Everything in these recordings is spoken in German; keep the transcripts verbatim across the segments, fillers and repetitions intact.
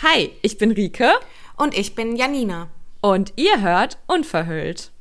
Hi, ich bin Rike. Und ich bin Janina. Und ihr hört Unverhüllt.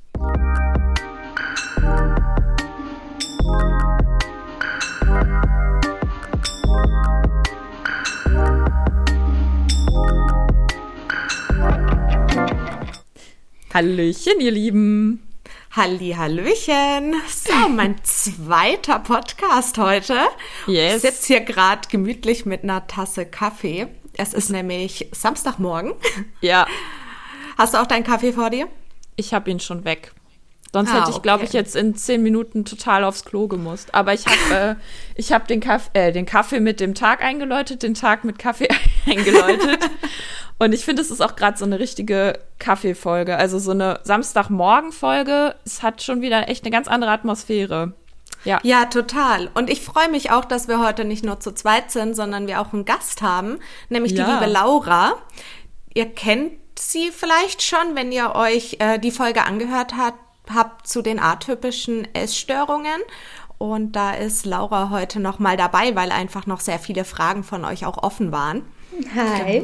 Hallöchen, ihr Lieben. Halli, hallöchen. So, mein zweiter Podcast heute. Yes. Ich sitze hier gerade gemütlich mit einer Tasse Kaffee. Es ist nämlich Samstagmorgen. Ja. Hast du auch deinen Kaffee vor dir? Ich habe ihn schon weg. Sonst Ah, hätte ich, glaube okay. ich, jetzt in zehn Minuten total aufs Klo gemusst. Aber ich habe äh, ich hab den, Kaff- äh, den Kaffee mit dem Tag eingeläutet, den Tag mit Kaffee eingeläutet. Und ich finde, es ist auch gerade so eine richtige Kaffeefolge. Also so eine Samstagmorgen-Folge. Es hat schon wieder echt eine ganz andere Atmosphäre. Ja. Ja, total. Und ich freue mich auch, dass wir heute nicht nur zu zweit sind, sondern wir auch einen Gast haben, nämlich Ja. die liebe Laura. Ihr kennt sie vielleicht schon, wenn ihr euch äh, die Folge angehört habt, habt zu den atypischen Essstörungen. Und da ist Laura heute noch mal dabei, weil einfach noch sehr viele Fragen von euch auch offen waren. Hi.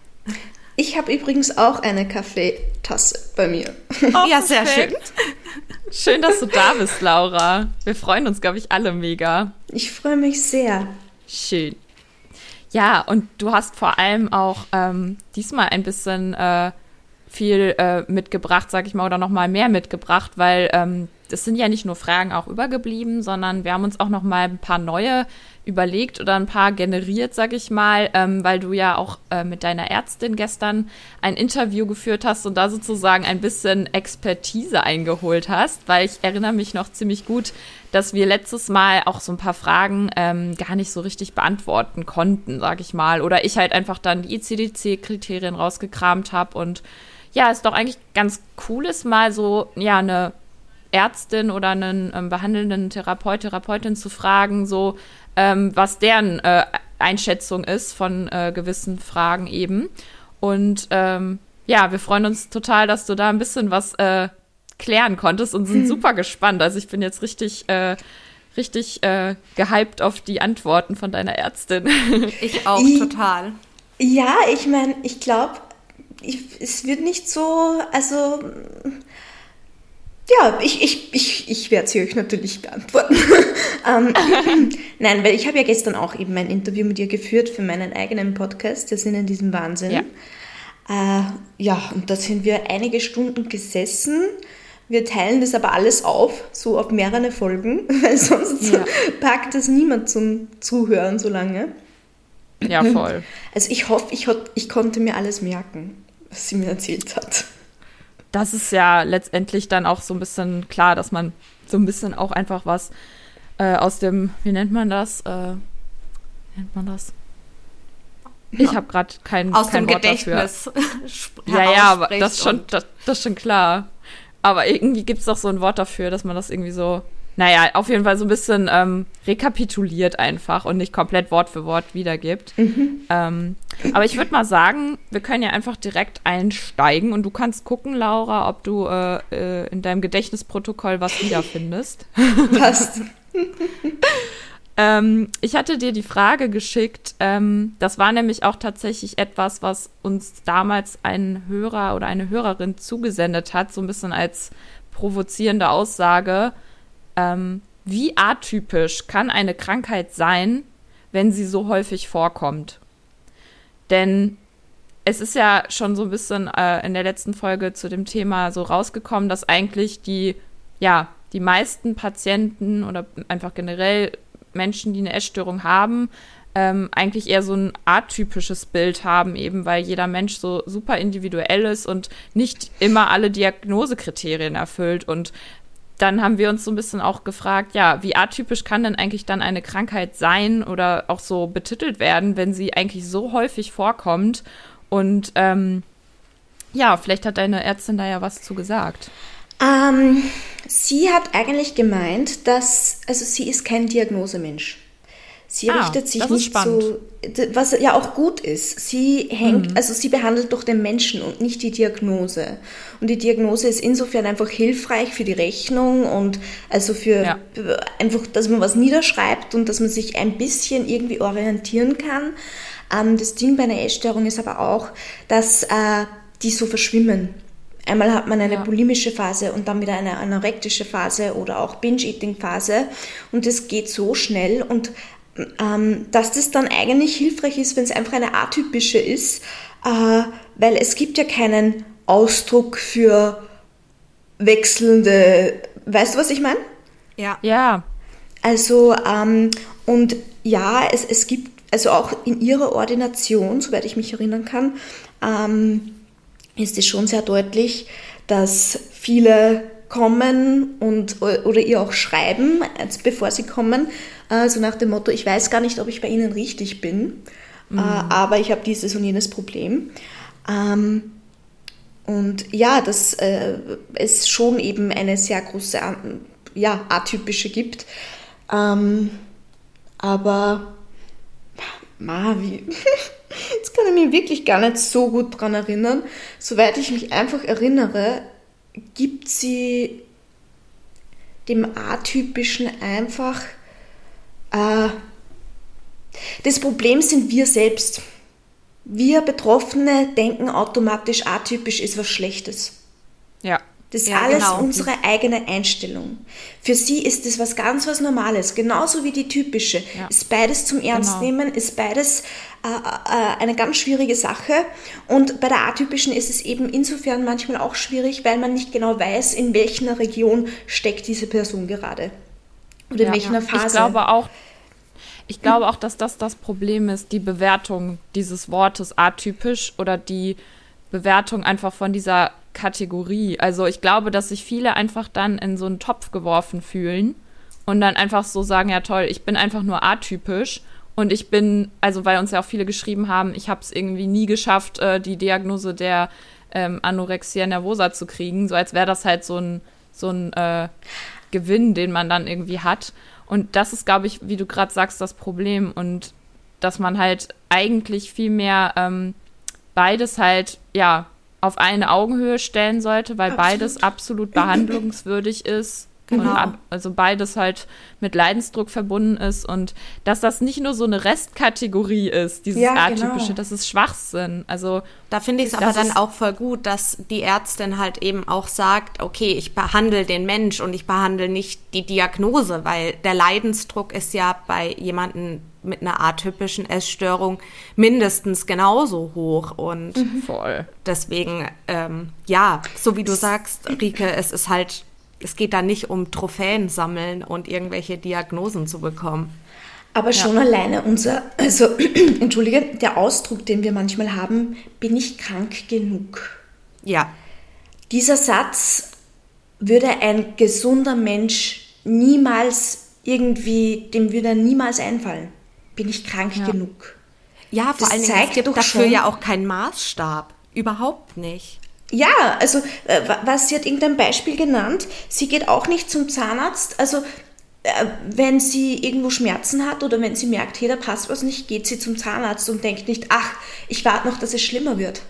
Ich habe übrigens auch eine Kaffeetasse bei mir. Oh, Ja, sehr perfekt. Schön, dass du da bist, Laura. Wir freuen uns, glaube ich, alle mega. Ich freue mich sehr. Schön. Ja, und du hast vor allem auch ähm, diesmal ein bisschen äh, viel äh, mitgebracht, sag ich mal, oder noch mal mehr mitgebracht, weil ähm, das sind ja nicht nur Fragen auch übergeblieben, sondern wir haben uns auch noch mal ein paar neue überlegt oder ein paar generiert, sag ich mal, ähm, weil du ja auch äh, mit deiner Ärztin gestern ein Interview geführt hast und da sozusagen ein bisschen Expertise eingeholt hast, weil ich erinnere mich noch ziemlich gut, dass wir letztes Mal auch so ein paar Fragen ähm, gar nicht so richtig beantworten konnten, sag ich mal, oder ich halt einfach dann die I C D C-Kriterien rausgekramt habe und ja, ist doch eigentlich ganz cool ist, mal so, ja, eine Ärztin oder einen ähm, behandelnden Therapeut, Therapeutin zu fragen, so, ähm, was deren äh, Einschätzung ist von äh, gewissen Fragen eben. Und ähm, ja, wir freuen uns total, dass du da ein bisschen was äh, klären konntest und sind super gespannt. Also ich bin jetzt richtig, äh, richtig äh, gehypt auf die Antworten von deiner Ärztin. Ich auch Ich- total. Ja, ich meine, ich glaube, es wird nicht so, also, ja, ich, ich, ich, ich werde sie euch natürlich beantworten. ähm, nein, weil ich habe ja gestern auch eben ein Interview mit ihr geführt für meinen eigenen Podcast, der Sinn in diesem Wahnsinn. Ja. Äh, ja, und da sind wir einige Stunden gesessen. Wir teilen das aber alles auf, so auf mehrere Folgen, weil sonst Ja. packt das niemand zum Zuhören so lange. Ja, voll. Also ich hoffe, ich, hot- ich konnte mir alles merken, was sie mir erzählt hat. Das ist ja letztendlich dann auch so ein bisschen klar, dass man so ein bisschen auch einfach was äh, aus dem, wie nennt man das? Äh, wie nennt man das? Ich habe gerade kein, Aus kein dem Wort Gedächtnis. dafür. Ja, ja, aber das ist schon, das, das ist schon klar. Aber irgendwie gibt es doch so ein Wort dafür, dass man das irgendwie so, naja, auf jeden Fall so ein bisschen ähm, rekapituliert einfach und nicht komplett Wort für Wort wiedergibt. Ähm, aber ich würde mal sagen, wir können ja einfach direkt einsteigen und du kannst gucken, Laura, ob du äh, äh, in deinem Gedächtnisprotokoll was wiederfindest. Passt. Ähm, ich hatte dir die Frage geschickt, ähm, das war nämlich auch tatsächlich etwas, was uns damals ein Hörer oder eine Hörerin zugesendet hat, so ein bisschen als provozierende Aussage. Ähm, wie atypisch kann eine Krankheit sein, wenn sie so häufig vorkommt? Denn es ist ja schon so ein bisschen äh, in der letzten Folge zu dem Thema so rausgekommen, dass eigentlich die, ja, die meisten Patienten oder einfach generell Menschen, die eine Essstörung haben, ähm, eigentlich eher so ein atypisches Bild haben, eben weil jeder Mensch so super individuell ist und nicht immer alle Diagnosekriterien erfüllt. Und dann haben wir uns so ein bisschen auch gefragt, ja, wie atypisch kann denn eigentlich dann eine Krankheit sein oder auch so betitelt werden, wenn sie eigentlich so häufig vorkommt? Und ähm, ja, vielleicht hat deine Ärztin da ja was zu gesagt. Ähm, sie hat eigentlich gemeint, dass, also sie ist kein Diagnosemensch. Sie Ah, richtet sich das ist nicht spannend. so, d- was ja auch gut ist. Sie hängt, also sie behandelt doch den Menschen und nicht die Diagnose. Und die Diagnose ist insofern einfach hilfreich für die Rechnung und also für Ja. einfach, dass man was niederschreibt und dass man sich ein bisschen irgendwie orientieren kann. Ähm, das Ding bei einer Essstörung ist aber auch, dass äh, die so verschwimmen. Einmal hat man eine ja. bulimische Phase und dann wieder eine anorektische Phase oder auch Binge-Eating-Phase und das geht so schnell und ähm, dass das dann eigentlich hilfreich ist, wenn es einfach eine atypische ist, äh, weil es gibt ja keinen Ausdruck für wechselnde, weißt du, was ich meine? Ja. Ja. Also, ähm, und ja, es, es gibt, also auch in ihrer Ordination, soweit ich mich erinnern kann, ähm, ist es schon sehr deutlich, dass viele kommen und oder ihr auch schreiben, bevor sie kommen, äh, so nach dem Motto, ich weiß gar nicht, ob ich bei Ihnen richtig bin, mhm. äh, aber ich habe dieses und jenes Problem. Ähm, und ja, dass äh, es schon eben eine sehr große, ja, atypische gibt. Ähm, aber ma, wie... Jetzt kann ich mich wirklich gar nicht so gut daran erinnern. Soweit ich mich einfach erinnere, gibt sie dem Atypischen einfach... Äh, das Problem sind wir selbst. Wir Betroffene denken automatisch, atypisch ist was Schlechtes. Ja. Das ist ja, alles genau. unsere eigene Einstellung. Für sie ist das was ganz was Normales, genauso wie die typische. Ja. Ist beides zum Ernst genau. nehmen, ist beides äh, äh, eine ganz schwierige Sache. Und bei der atypischen ist es eben insofern manchmal auch schwierig, weil man nicht genau weiß, in welcher Region steckt diese Person gerade. Oder in ja, welcher ja. Phase. Ich glaube auch, ich glaube auch, dass das das Problem ist, die Bewertung dieses Wortes atypisch oder die Bewertung einfach von dieser Kategorie. Also ich glaube, dass sich viele einfach dann in so einen Topf geworfen fühlen und dann einfach so sagen, ja toll, ich bin einfach nur atypisch und ich bin, also weil uns ja auch viele geschrieben haben, ich habe es irgendwie nie geschafft, äh, die Diagnose der ähm, Anorexia nervosa zu kriegen, so als wäre das halt so ein, so ein äh, Gewinn, den man dann irgendwie hat. Und das ist, glaube ich, wie du gerade sagst, das Problem und dass man halt eigentlich viel mehr ähm, beides halt, ja, auf eine Augenhöhe stellen sollte, weil absolut. beides absolut behandlungswürdig ist. Genau. Und ab, also beides halt mit Leidensdruck verbunden ist und dass das nicht nur so eine Restkategorie ist, dieses ja, Atypische, genau. das ist Schwachsinn. Also da finde ich es aber dann auch voll gut, dass die Ärztin halt eben auch sagt, okay, ich behandle den Mensch und ich behandle nicht die Diagnose, weil der Leidensdruck ist ja bei jemandem mit einer atypischen Essstörung mindestens genauso hoch und mhm. voll. Deswegen, ähm, ja, so wie du sagst, Rike, es ist halt es geht da nicht um Trophäen sammeln und irgendwelche Diagnosen zu bekommen. Aber schon ja. alleine unser, also, entschuldige, der Ausdruck, den wir manchmal haben, bin ich krank genug? Ja. Dieser Satz würde ein gesunder Mensch niemals irgendwie, dem würde er niemals einfallen. Bin ich krank ja. genug? Ja, vor das allen Dingen, es gibt dafür schon, ja auch keinen Maßstab. Überhaupt nicht. Ja, also äh, was, sie hat irgendein Beispiel genannt, sie geht auch nicht zum Zahnarzt, also äh, wenn sie irgendwo Schmerzen hat oder wenn sie merkt, hey, da passt was nicht, geht sie zum Zahnarzt und denkt nicht, ach, ich warte noch, dass es schlimmer wird.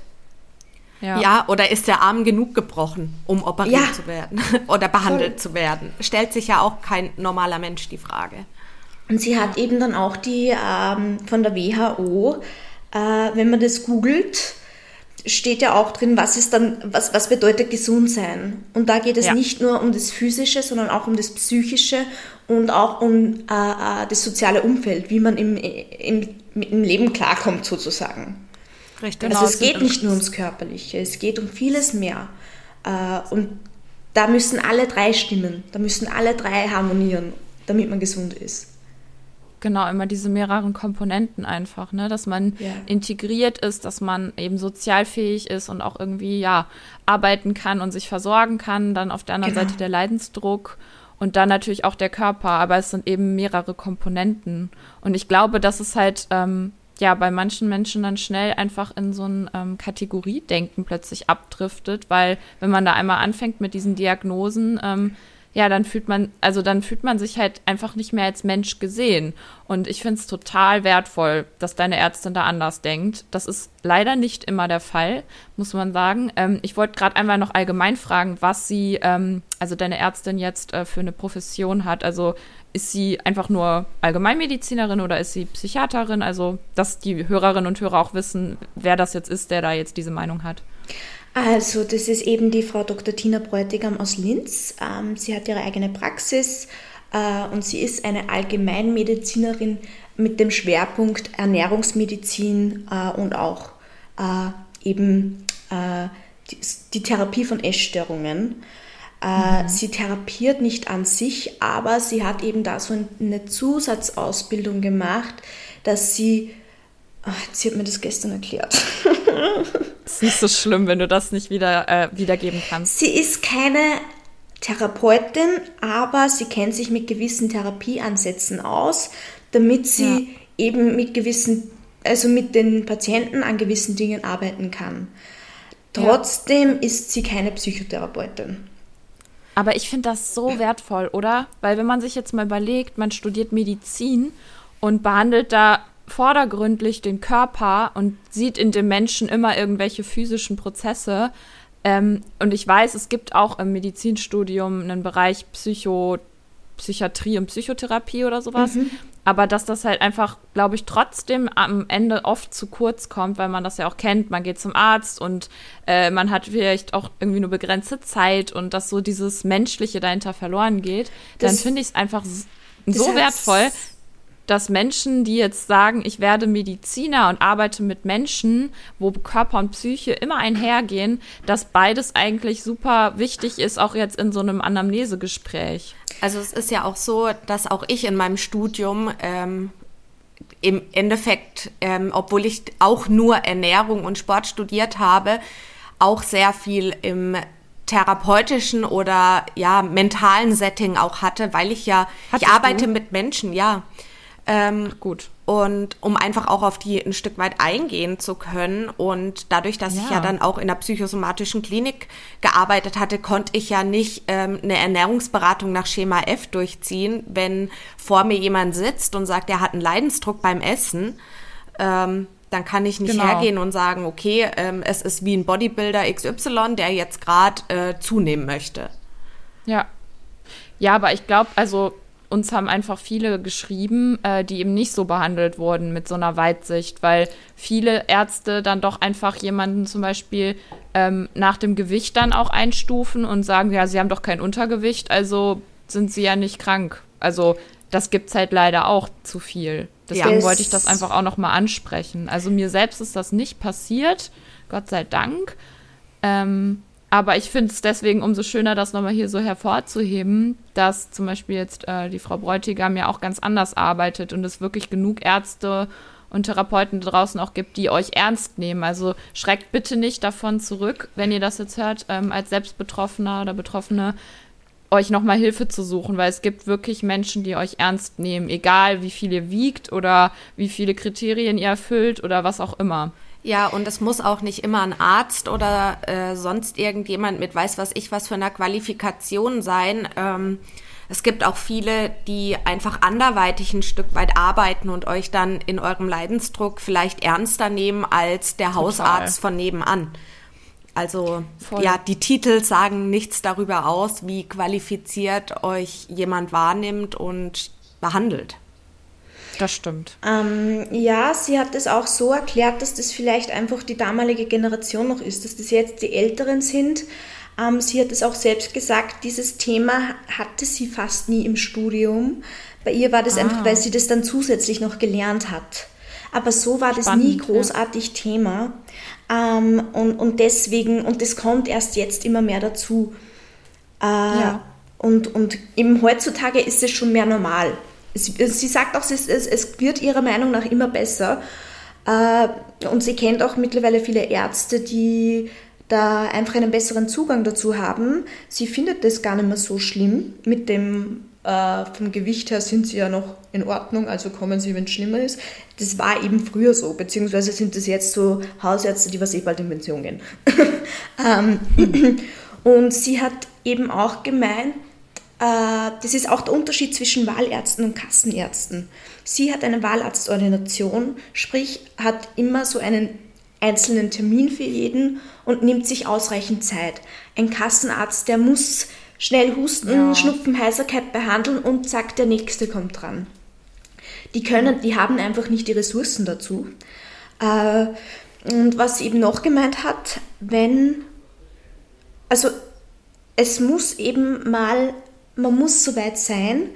Ja, ja oder ist der Arm genug gebrochen, um operiert ja. zu werden oder behandelt Voll. zu werden? Stellt sich ja auch kein normaler Mensch die Frage. Und sie hat eben dann auch die ähm, von der W H O, äh, wenn man das googelt, steht ja auch drin, was ist dann, was, was bedeutet gesund sein. Und da geht es ja. nicht nur um das Physische, sondern auch um das Psychische und auch um äh, das soziale Umfeld, wie man im, im, im Leben klarkommt sozusagen. Richtig. Also es geht nicht nur ums Körperliche, es geht um vieles mehr. Äh, und da müssen alle drei stimmen, da müssen alle drei harmonieren, damit man gesund ist. Genau, immer diese mehreren Komponenten einfach, ne, dass man ja. integriert ist, dass man eben sozialfähig ist und auch irgendwie, ja, arbeiten kann und sich versorgen kann. Dann auf der anderen genau. Seite der Leidensdruck und dann natürlich auch der Körper. Aber es sind eben mehrere Komponenten. Und ich glaube, dass es halt, ähm, ja, bei manchen Menschen dann schnell einfach in so ein ähm, Kategoriedenken plötzlich abdriftet, weil wenn man da einmal anfängt mit diesen Diagnosen, ähm, ja, dann fühlt man, also dann fühlt man sich halt einfach nicht mehr als Mensch gesehen. Und ich finde es total wertvoll, dass deine Ärztin da anders denkt. Das ist leider nicht immer der Fall, muss man sagen. Ähm, ich wollte gerade einmal noch allgemein fragen, was sie, ähm, also deine Ärztin jetzt äh, für eine Profession hat. Also ist sie einfach nur Allgemeinmedizinerin oder ist sie Psychiaterin? Also, dass die Hörerinnen und Hörer auch wissen, wer das jetzt ist, der da jetzt diese Meinung hat. Also das ist eben die Frau Doktor Tina Bräutigam aus Linz. Ähm, sie hat ihre eigene Praxis äh, und sie ist eine Allgemeinmedizinerin mit dem Schwerpunkt Ernährungsmedizin äh, und auch äh, eben äh, die, die Therapie von Essstörungen. Äh, mhm. Sie therapiert nicht an sich, aber sie hat eben da so eine Zusatzausbildung gemacht, dass sie, ach, sie hat mir das gestern erklärt. Es ist nicht so schlimm, wenn du das nicht wieder äh, wiedergeben kannst. Sie ist keine Therapeutin, aber sie kennt sich mit gewissen Therapieansätzen aus, damit sie ja. eben mit gewissen, also mit den Patienten an gewissen Dingen arbeiten kann. Trotzdem ja. ist sie keine Psychotherapeutin. Aber ich finde das so wertvoll, oder? Weil wenn man sich jetzt mal überlegt, man studiert Medizin und behandelt da vordergründlich den Körper und sieht in dem Menschen immer irgendwelche physischen Prozesse. Ähm, und ich weiß, es gibt auch im Medizinstudium einen Bereich Psycho, Psychiatrie und Psychotherapie oder sowas. Mhm. Aber dass das halt einfach, glaube ich, trotzdem am Ende oft zu kurz kommt, weil man das ja auch kennt. Man geht zum Arzt und äh, man hat vielleicht auch irgendwie nur begrenzte Zeit und dass so dieses Menschliche dahinter verloren geht. Das, dann finde ich es einfach so wertvoll, dass Menschen, die jetzt sagen, ich werde Mediziner und arbeite mit Menschen, wo Körper und Psyche immer einhergehen, dass beides eigentlich super wichtig ist, auch jetzt in so einem Anamnesegespräch. Also es ist ja auch so, dass auch ich in meinem Studium ähm, im Endeffekt, ähm, obwohl ich auch nur Ernährung und Sport studiert habe, auch sehr viel im therapeutischen oder ja mentalen Setting auch hatte, weil ich ja, Hattest ich arbeite du? mit Menschen, ja. Ähm, Gut. Und um einfach auch auf die ein Stück weit eingehen zu können und dadurch, dass ja. ich ja dann auch in der psychosomatischen Klinik gearbeitet hatte, konnte ich ja nicht ähm, eine Ernährungsberatung nach Schema F durchziehen, wenn vor mir jemand sitzt und sagt, er hat einen Leidensdruck beim Essen, ähm, dann kann ich nicht genau. hergehen und sagen, okay, ähm, es ist wie ein Bodybuilder X Y, der jetzt gerade äh, zunehmen möchte. Ja. Ja, aber ich glaube, also uns haben einfach viele geschrieben, äh, die eben nicht so behandelt wurden mit so einer Weitsicht, weil viele Ärzte dann doch einfach jemanden zum Beispiel ähm, nach dem Gewicht dann auch einstufen und sagen, ja, sie haben doch kein Untergewicht, also sind sie ja nicht krank. Also das gibt's halt leider auch zu viel. Deswegen ja, wollte ich das einfach auch nochmal ansprechen. Also mir selbst ist das nicht passiert, Gott sei Dank. Ähm, Aber ich finde es deswegen umso schöner, das nochmal hier so hervorzuheben, dass zum Beispiel jetzt äh, die Frau Bräutigam ja auch ganz anders arbeitet und es wirklich genug Ärzte und Therapeuten da draußen auch gibt, die euch ernst nehmen. Also schreckt bitte nicht davon zurück, wenn ihr das jetzt hört, ähm, als Selbstbetroffener oder Betroffene, euch nochmal Hilfe zu suchen, weil es gibt wirklich Menschen, die euch ernst nehmen, egal wie viel ihr wiegt oder wie viele Kriterien ihr erfüllt oder was auch immer. Ja, und es muss auch nicht immer ein Arzt oder äh, sonst irgendjemand mit weiß was ich was für einer Qualifikation sein. Ähm, es gibt auch viele, die einfach anderweitig ein Stück weit arbeiten und euch dann in eurem Leidensdruck vielleicht ernster nehmen als der Total. Hausarzt von nebenan. Also Voll. ja, die Titel sagen nichts darüber aus, wie qualifiziert euch jemand wahrnimmt und behandelt. Das stimmt. Ähm, ja, sie hat es auch so erklärt, dass das vielleicht einfach die damalige Generation noch ist, dass das jetzt die Älteren sind. Ähm, sie hat es auch selbst gesagt, dieses Thema hatte sie fast nie im Studium. Bei ihr war das ah. einfach, weil sie das dann zusätzlich noch gelernt hat. Aber so war das Spannend, nie großartig ja. Thema. Ähm, und, und deswegen, und das kommt erst jetzt immer mehr dazu. Äh, ja. Und, und eben heutzutage ist es schon mehr normal. Sie, sie sagt auch, es, es, es wird ihrer Meinung nach immer besser. Äh, und sie kennt auch mittlerweile viele Ärzte, die da einfach einen besseren Zugang dazu haben. Sie findet das gar nicht mehr so schlimm. Mit dem, äh, vom Gewicht her sind sie ja noch in Ordnung, also kommen sie, wenn es schlimmer ist. Das war eben früher so, beziehungsweise sind das jetzt so Hausärzte, die was eh bald in Pension gehen. ähm, und sie hat eben auch gemeint, äh, das ist auch der Unterschied zwischen Wahlärzten und Kassenärzten. Sie hat eine Wahlarztordination, sprich hat immer so einen einzelnen Termin für jeden und nimmt sich ausreichend Zeit. Ein Kassenarzt, der muss schnell Husten, ja. Schnupfen, Heiserkeit behandeln und zack, der Nächste kommt dran. Die können, die haben einfach nicht die Ressourcen dazu. Äh, und was sie eben noch gemeint hat, wenn, also es muss eben mal, man muss so weit sein,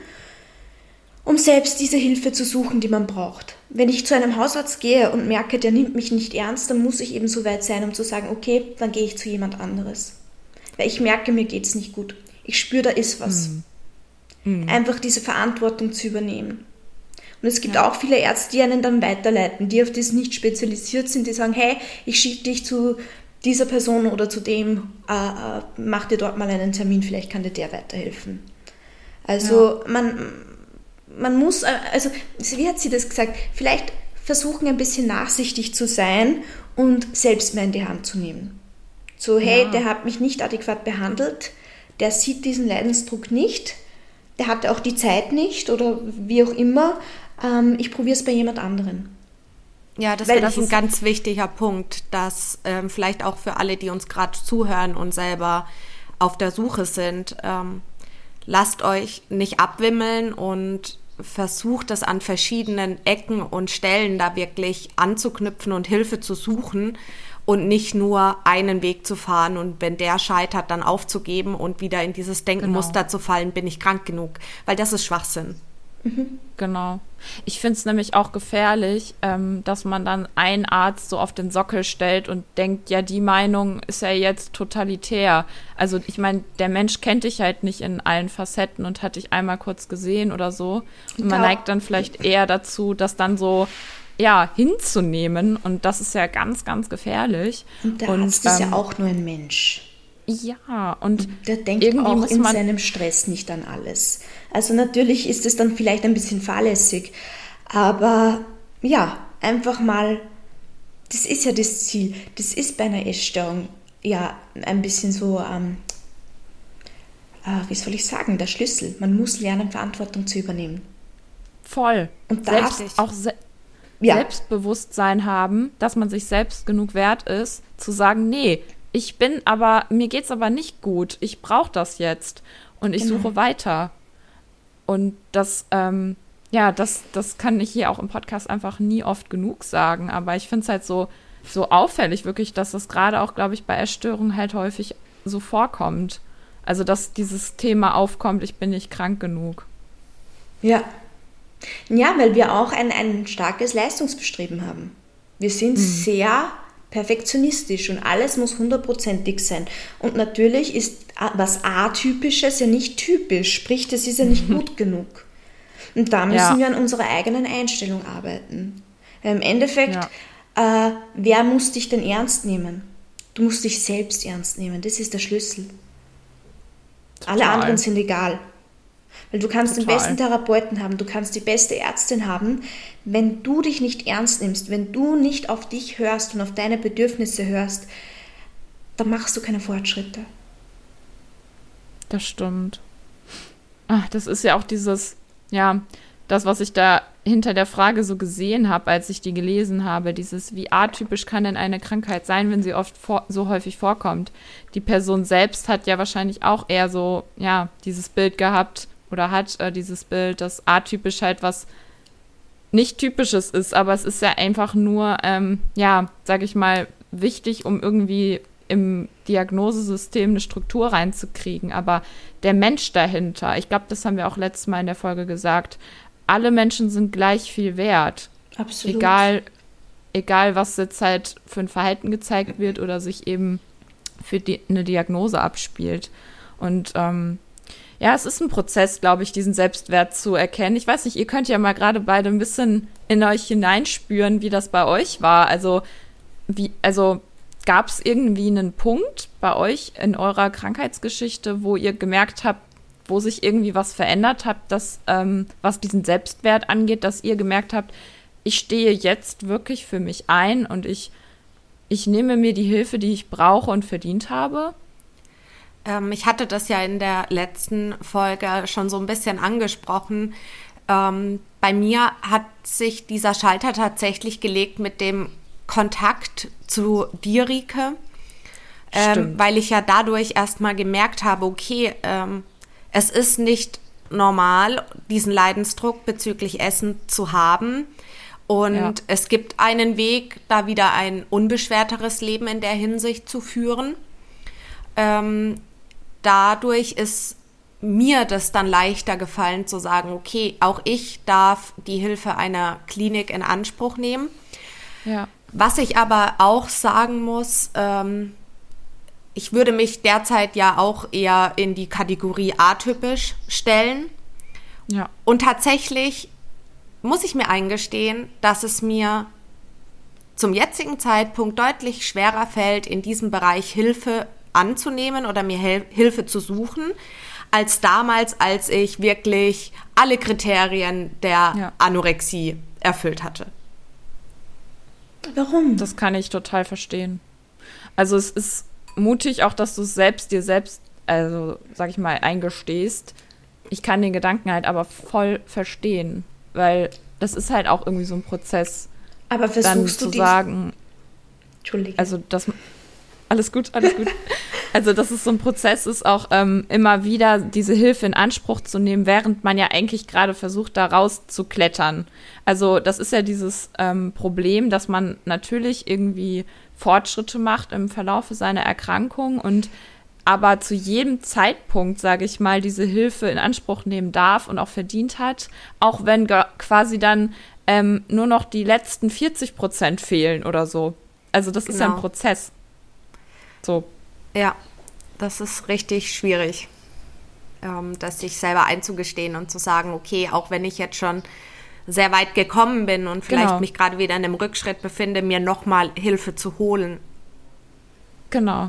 um selbst diese Hilfe zu suchen, die man braucht. Wenn ich zu einem Hausarzt gehe und merke, der nimmt mich nicht ernst, dann muss ich eben so weit sein, um zu sagen, okay, dann gehe ich zu jemand anderes. Weil ich merke, mir geht es nicht gut. Ich spüre, da ist was. Mhm. Einfach diese Verantwortung zu übernehmen. Und es gibt ja. auch viele Ärzte, die einen dann weiterleiten, die auf das nicht spezialisiert sind, die sagen, hey, ich schicke dich zu dieser Person oder zu dem, äh, äh, mach dir dort mal einen Termin, vielleicht kann dir der weiterhelfen. Also ja. man... Man muss, also wie hat sie das gesagt, vielleicht versuchen ein bisschen nachsichtig zu sein und selbst mehr in die Hand zu nehmen. So, hey, ja. der hat mich nicht adäquat behandelt, der sieht diesen Leidensdruck nicht, der hat auch die Zeit nicht oder wie auch immer, ähm, ich probiere es bei jemand anderen. Ja, das, das ist ein ganz wichtiger Punkt, dass ähm, vielleicht auch für alle, die uns gerade zuhören und selber auf der Suche sind, ähm, lasst euch nicht abwimmeln und versucht das an verschiedenen Ecken und Stellen da wirklich anzuknüpfen und Hilfe zu suchen und nicht nur einen Weg zu fahren und wenn der scheitert, dann aufzugeben und wieder in dieses Denkmuster genau. zu fallen, bin ich krank genug, weil das ist Schwachsinn. Mhm. Genau. Ich finde es nämlich auch gefährlich, ähm, dass man dann einen Arzt so auf den Sockel stellt und denkt, ja, die Meinung ist ja jetzt totalitär. Also ich meine, der Mensch kennt dich halt nicht in allen Facetten und hat dich einmal kurz gesehen oder so. Und man neigt dann vielleicht eher dazu, das dann so ja, hinzunehmen. Und das ist ja ganz, ganz gefährlich. Und der Arzt und, ist ähm, ja auch nur ein Mensch. Ja, und, und der denkt irgendwie auch in seinem Stress nicht an alles. Also natürlich ist es dann vielleicht ein bisschen fahrlässig, aber ja, einfach mal, das ist ja das Ziel, das ist bei einer Essstörung ja ein bisschen so, ähm, äh, wie soll ich sagen, der Schlüssel. Man muss lernen, Verantwortung zu übernehmen. Voll. Und selbst, auch se- ja. Selbstbewusstsein haben, dass man sich selbst genug wert ist, zu sagen, nee, ich bin aber, mir geht's aber nicht gut. Ich brauche das jetzt. Und ich genau. suche weiter. Und das, ähm, ja, das, das kann ich hier auch im Podcast einfach nie oft genug sagen. Aber ich finde es halt so, so auffällig wirklich, dass das gerade auch, glaube ich, bei Essstörungen halt häufig so vorkommt. Also, dass dieses Thema aufkommt, ich bin nicht krank genug. Ja. Ja, weil wir auch ein, ein starkes Leistungsbestreben haben. Wir sind mhm. sehr perfektionistisch und alles muss hundertprozentig sein. Und natürlich ist was Atypisches ja nicht typisch, sprich, das ist ja nicht mhm. gut genug. Und da müssen ja. wir an unserer eigenen Einstellung arbeiten. Weil im Endeffekt, ja. äh, wer muss dich denn ernst nehmen? Du musst dich selbst ernst nehmen, das ist der Schlüssel. Total. Alle anderen sind egal. Weil du kannst Total. den besten Therapeuten haben, du kannst die beste Ärztin haben. Wenn du dich nicht ernst nimmst, wenn du nicht auf dich hörst und auf deine Bedürfnisse hörst, dann machst du keine Fortschritte. Das stimmt. Ach, das ist ja auch dieses, ja, das, was ich da hinter der Frage so gesehen habe, als ich die gelesen habe, dieses, wie atypisch kann denn eine Krankheit sein, wenn sie oft vor, so häufig vorkommt. Die Person selbst hat ja wahrscheinlich auch eher so, ja, dieses Bild gehabt, oder hat äh, dieses Bild, dass atypisch halt was nicht Typisches ist, aber es ist ja einfach nur, ähm, ja, sag ich mal, wichtig, um irgendwie im Diagnosesystem eine Struktur reinzukriegen. Aber der Mensch dahinter, ich glaube, das haben wir auch letztes Mal in der Folge gesagt, alle Menschen sind gleich viel wert. Absolut. Egal, egal was jetzt halt für ein Verhalten gezeigt wird oder sich eben für die, eine Diagnose abspielt. Und ähm, ja, es ist ein Prozess, glaube ich, diesen Selbstwert zu erkennen. Ich weiß nicht, ihr könnt ja mal gerade beide ein bisschen in euch hineinspüren, wie das bei euch war. Also, wie, also gab es irgendwie einen Punkt bei euch in eurer Krankheitsgeschichte, wo ihr gemerkt habt, wo sich irgendwie was verändert hat, dass, ähm, was diesen Selbstwert angeht, dass ihr gemerkt habt, ich stehe jetzt wirklich für mich ein und ich, ich nehme mir die Hilfe, die ich brauche und verdient habe? Ähm, ich hatte das ja in der letzten Folge schon so ein bisschen angesprochen. Ähm, bei mir hat sich dieser Schalter tatsächlich gelegt mit dem Kontakt zu dir, Rike, ähm, weil ich ja dadurch erstmal gemerkt habe, okay, ähm, es ist nicht normal, diesen Leidensdruck bezüglich Essen zu haben. Und ja. es gibt einen Weg, da wieder ein unbeschwerteres Leben in der Hinsicht zu führen. Ähm, dadurch ist mir das dann leichter gefallen zu sagen, okay, auch ich darf die Hilfe einer Klinik in Anspruch nehmen. Ja. Was ich aber auch sagen muss, ähm, ich würde mich derzeit ja auch eher in die Kategorie atypisch stellen. Ja. Und tatsächlich muss ich mir eingestehen, dass es mir zum jetzigen Zeitpunkt deutlich schwerer fällt, in diesem Bereich Hilfe anzunehmen oder mir Hel- Hilfe zu suchen, als damals, als ich wirklich alle Kriterien der ja. Anorexie erfüllt hatte. Warum? Das kann ich total verstehen. Also es ist mutig auch, dass du es selbst dir selbst, also sag ich mal, eingestehst. Ich kann den Gedanken halt aber voll verstehen, weil das ist halt auch irgendwie so ein Prozess. Aber versuchst dann du zu dies- sagen, Entschuldige. Also das, alles gut, alles gut. Also dass es so ein Prozess ist, auch ähm, immer wieder diese Hilfe in Anspruch zu nehmen, während man ja eigentlich gerade versucht, da rauszuklettern. Also das ist ja dieses ähm, Problem, dass man natürlich irgendwie Fortschritte macht im Verlaufe seiner Erkrankung und aber zu jedem Zeitpunkt, sage ich mal, diese Hilfe in Anspruch nehmen darf und auch verdient hat, auch wenn ge- quasi dann ähm, nur noch die letzten vierzig Prozent fehlen oder so. Also das genau. ist ja ein Prozess. So. Ja, das ist richtig schwierig, ähm, das sich selber einzugestehen und zu sagen, okay, auch wenn ich jetzt schon sehr weit gekommen bin und vielleicht genau. mich gerade wieder in einem Rückschritt befinde, mir nochmal Hilfe zu holen. Genau.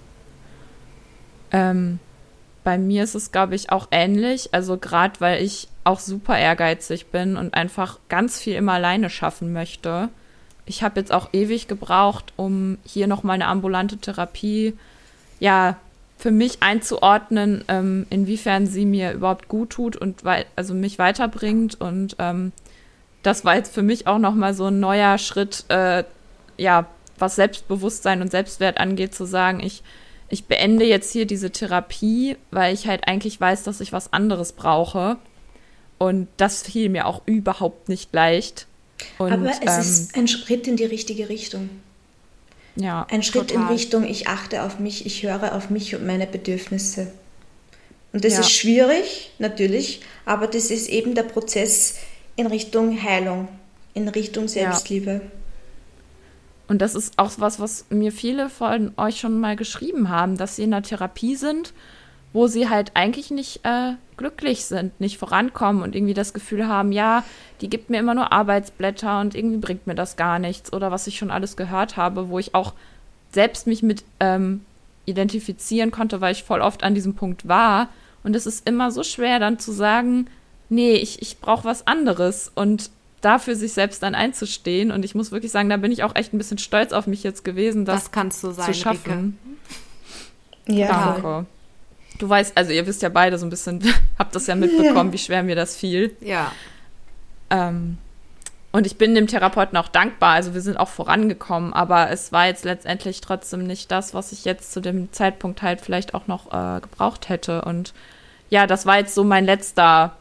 Ähm, bei mir ist es, glaube ich, auch ähnlich. Also gerade, weil ich auch super ehrgeizig bin und einfach ganz viel immer alleine schaffen möchte. Ich habe jetzt auch ewig gebraucht, um hier nochmal eine ambulante Therapie, ja, für mich einzuordnen, ähm, inwiefern sie mir überhaupt gut tut und wei- also mich weiterbringt. Und ähm, das war jetzt für mich auch nochmal so ein neuer Schritt, äh, ja, was Selbstbewusstsein und Selbstwert angeht, zu sagen, ich Ich beende jetzt hier diese Therapie, weil ich halt eigentlich weiß, dass ich was anderes brauche. Und das fiel mir auch überhaupt nicht leicht. Und, Aber es ähm, ist ein Schritt in die richtige Richtung. Ja, ein Schritt total. in Richtung, ich achte auf mich, ich höre auf mich und meine Bedürfnisse. Und das Ja. ist schwierig, natürlich, aber das ist eben der Prozess in Richtung Heilung, in Richtung Selbstliebe. Ja. Und das ist auch was, was mir viele von euch schon mal geschrieben haben, dass sie in einer Therapie sind, wo sie halt eigentlich nicht äh, glücklich sind, nicht vorankommen und irgendwie das Gefühl haben, ja, die gibt mir immer nur Arbeitsblätter und irgendwie bringt mir das gar nichts oder was ich schon alles gehört habe, wo ich auch selbst mich mit ähm, identifizieren konnte, weil ich voll oft an diesem Punkt war. Und es ist immer so schwer dann zu sagen, nee, ich, ich brauche was anderes und dafür sich selbst dann einzustehen. Und ich muss wirklich sagen, da bin ich auch echt ein bisschen stolz auf mich jetzt gewesen, das, das kannst du sein, zu schaffen. Rike. Ja. Danke. Du weißt, also ihr wisst ja beide so ein bisschen, habt das ja mitbekommen, ja. wie schwer mir das fiel. Ja. Ähm, und ich bin dem Therapeuten auch dankbar, also wir sind auch vorangekommen, aber es war jetzt letztendlich trotzdem nicht das, was ich jetzt zu dem Zeitpunkt halt vielleicht auch noch äh, gebraucht hätte. Und ja, das war jetzt so mein letzter,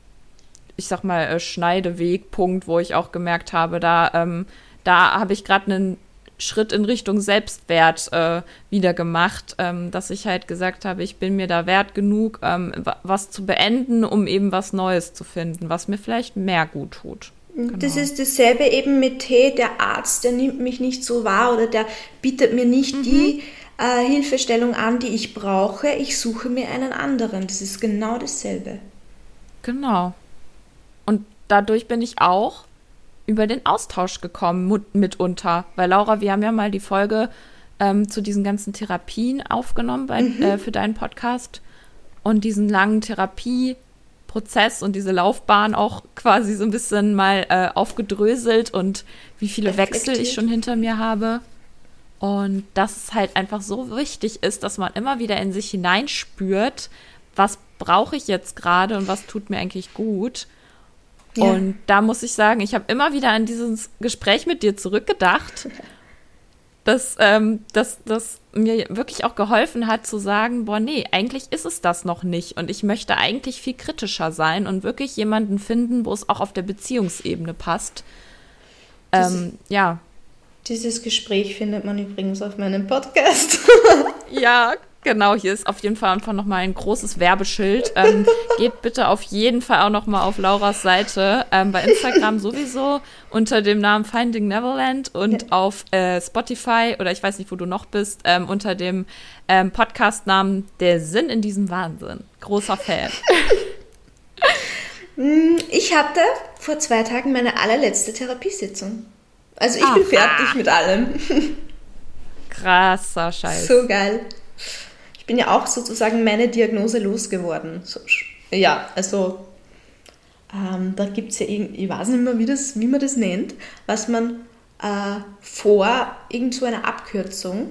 ich sag mal, äh, Schneidewegpunkt, wo ich auch gemerkt habe, da, ähm, da habe ich gerade einen Schritt in Richtung Selbstwert äh, wieder gemacht, ähm, dass ich halt gesagt habe, ich bin mir da wert genug, ähm, was zu beenden, um eben was Neues zu finden, was mir vielleicht mehr gut tut. Genau. Das ist dasselbe eben mit, hey, der Arzt, der nimmt mich nicht so wahr oder der bietet mir nicht mhm. die äh, Hilfestellung an, die ich brauche. Ich suche mir einen anderen. Das ist genau dasselbe. Genau. Und dadurch bin ich auch über den Austausch gekommen, mitunter. Weil Laura, wir haben ja mal die Folge ähm, zu diesen ganzen Therapien aufgenommen bei, mhm. äh, für deinen Podcast und diesen langen Therapieprozess und diese Laufbahn auch quasi so ein bisschen mal äh, aufgedröselt und wie viele Wechsel ich schon hinter mir habe. Und dass es halt einfach so wichtig ist, dass man immer wieder in sich hineinspürt, was brauche ich jetzt gerade und was tut mir eigentlich gut. Ja. Und da muss ich sagen, ich habe immer wieder an dieses Gespräch mit dir zurückgedacht, dass ähm, das mir wirklich auch geholfen hat zu sagen, boah, nee, eigentlich ist es das noch nicht. Und ich möchte eigentlich viel kritischer sein und wirklich jemanden finden, wo es auch auf der Beziehungsebene passt. Das, ähm, ja. Dieses Gespräch findet man übrigens auf meinem Podcast. Ja, genau. Hier ist auf jeden Fall einfach nochmal ein großes Werbeschild. Ähm, geht bitte auf jeden Fall auch nochmal auf Lauras Seite. Ähm, bei Instagram sowieso unter dem Namen Finding Neverland und ja. auf äh, Spotify oder ich weiß nicht, wo du noch bist, ähm, unter dem ähm, Podcast-Namen Der Sinn in diesem Wahnsinn. Großer Fan. Ich hatte vor zwei Tagen meine allerletzte Therapiesitzung. Also ich Aha. bin fertig mit allem. Krasser Scheiß. So geil. Ich bin ja auch sozusagen meine Diagnose losgeworden. So, ja, also ähm, da gibt es ja irgendwie, ich weiß nicht mehr, wie, das, wie man das nennt, was man äh, vor irgend so einer Abkürzung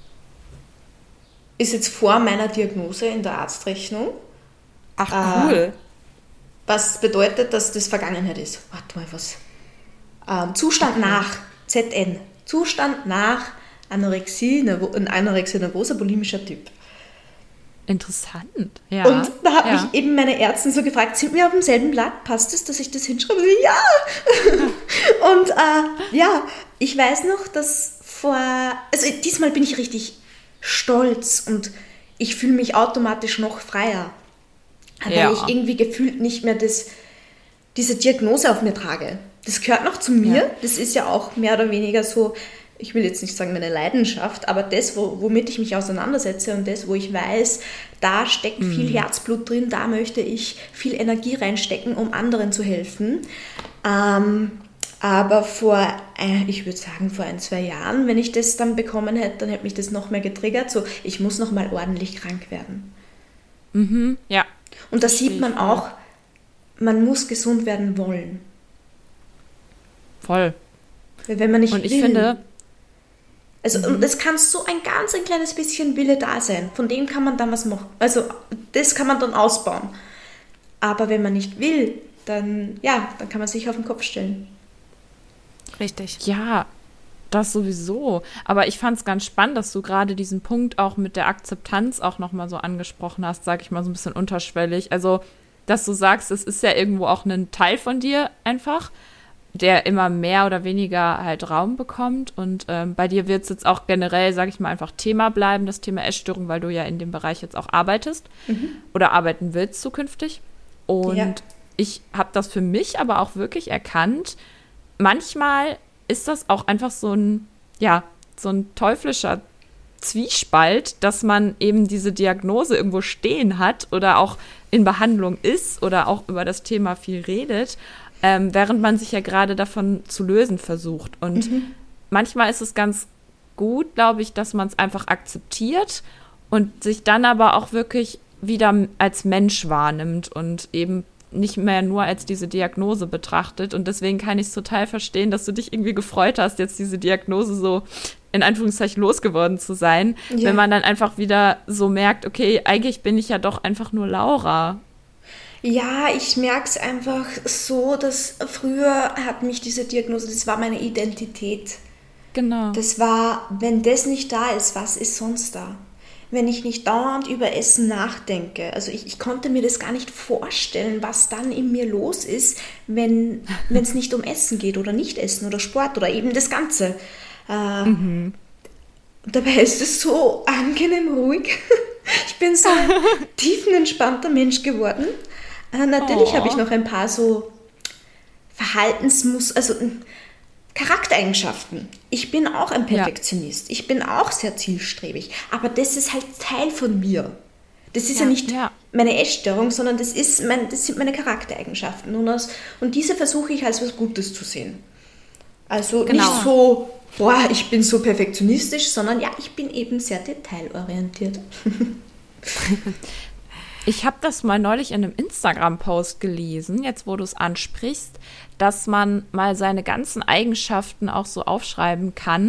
ist jetzt vor meiner Diagnose in der Arztrechnung. Ach, cool. Äh, was bedeutet, dass das Vergangenheit ist. Warte mal, was... Ähm, Zustand okay. nach, Z N, Zustand nach Anorexie, ein Anorexia nervosa, bulimischer Typ. Interessant, ja. Und da habe ja. mich eben meine Ärztin so gefragt, sind wir auf demselben Blatt? Passt es, dass ich das hinschreibe? Ja! Und äh, ja, ich weiß noch, dass vor, also diesmal bin ich richtig stolz und ich fühle mich automatisch noch freier, weil ja. ich irgendwie gefühlt nicht mehr das, diese Diagnose auf mir trage. Das gehört noch zu mir, ja. Das ist ja auch mehr oder weniger so, ich will jetzt nicht sagen meine Leidenschaft, aber das, wo, womit ich mich auseinandersetze und das, wo ich weiß, da steckt mhm. viel Herzblut drin, da möchte ich viel Energie reinstecken, um anderen zu helfen. Ähm, aber vor, äh, ich würde sagen vor ein, zwei Jahren, wenn ich das dann bekommen hätte, dann hätte mich das noch mehr getriggert, so ich muss noch mal ordentlich krank werden. Mhm, ja. Und da sieht man auch, man muss gesund werden wollen. Voll. Wenn man nicht und ich will. finde, also mhm. und es kann so ein ganz ein kleines bisschen Wille da sein, von dem kann man dann was machen. Also das kann man dann ausbauen. Aber wenn man nicht will, dann ja, dann kann man sich auf den Kopf stellen. Richtig. Ja, das sowieso. Aber ich fand es ganz spannend, dass du gerade diesen Punkt auch mit der Akzeptanz auch nochmal so angesprochen hast, sag ich mal so ein bisschen unterschwellig. Also, dass du sagst, es ist ja irgendwo auch ein Teil von dir einfach, der immer mehr oder weniger halt Raum bekommt. Und ähm, bei dir wird es jetzt auch generell, sage ich mal, einfach Thema bleiben, das Thema Essstörung, weil du ja in dem Bereich jetzt auch arbeitest mhm. oder arbeiten willst zukünftig. Und ja. ich habe das für mich aber auch wirklich erkannt, manchmal ist das auch einfach so ein, ja, so ein teuflischer Zwiespalt, dass man eben diese Diagnose irgendwo stehen hat oder auch in Behandlung ist oder auch über das Thema viel redet, Ähm, während man sich ja gerade davon zu lösen versucht. Und mhm. manchmal ist es ganz gut, glaube ich, dass man es einfach akzeptiert und sich dann aber auch wirklich wieder als Mensch wahrnimmt und eben nicht mehr nur als diese Diagnose betrachtet. Und deswegen kann ich es total verstehen, dass du dich irgendwie gefreut hast, jetzt diese Diagnose so in Anführungszeichen losgeworden zu sein, ja. wenn man dann einfach wieder so merkt, okay, eigentlich bin ich ja doch einfach nur Laura. Ja, ich merke es einfach so, dass früher hat mich diese Diagnose, das war meine Identität. Genau. Das war, wenn das nicht da ist, was ist sonst da? Wenn ich nicht dauernd über Essen nachdenke. Also ich, ich konnte mir das gar nicht vorstellen, was dann in mir los ist, wenn es nicht um Essen geht oder nicht Essen oder Sport oder eben das Ganze. Äh, mhm. Dabei ist es so angenehm ruhig. Ich bin so ein tiefenentspannter Mensch geworden. Äh, natürlich oh. habe ich noch ein paar so Verhaltensmuster, also Charaktereigenschaften. Ich bin auch ein Perfektionist. Ja. Ich bin auch sehr zielstrebig. Aber das ist halt Teil von mir. Das ist ja, ja nicht ja. meine Essstörung, sondern das, ist mein, das sind meine Charaktereigenschaften. Und, aus, und diese versuche ich als was Gutes zu sehen. Also genau. nicht so, boah, ich bin so perfektionistisch, sondern ja, ich bin eben sehr detailorientiert. Ich habe das mal neulich in einem Instagram-Post gelesen, jetzt wo du es ansprichst, dass man mal seine ganzen Eigenschaften auch so aufschreiben kann.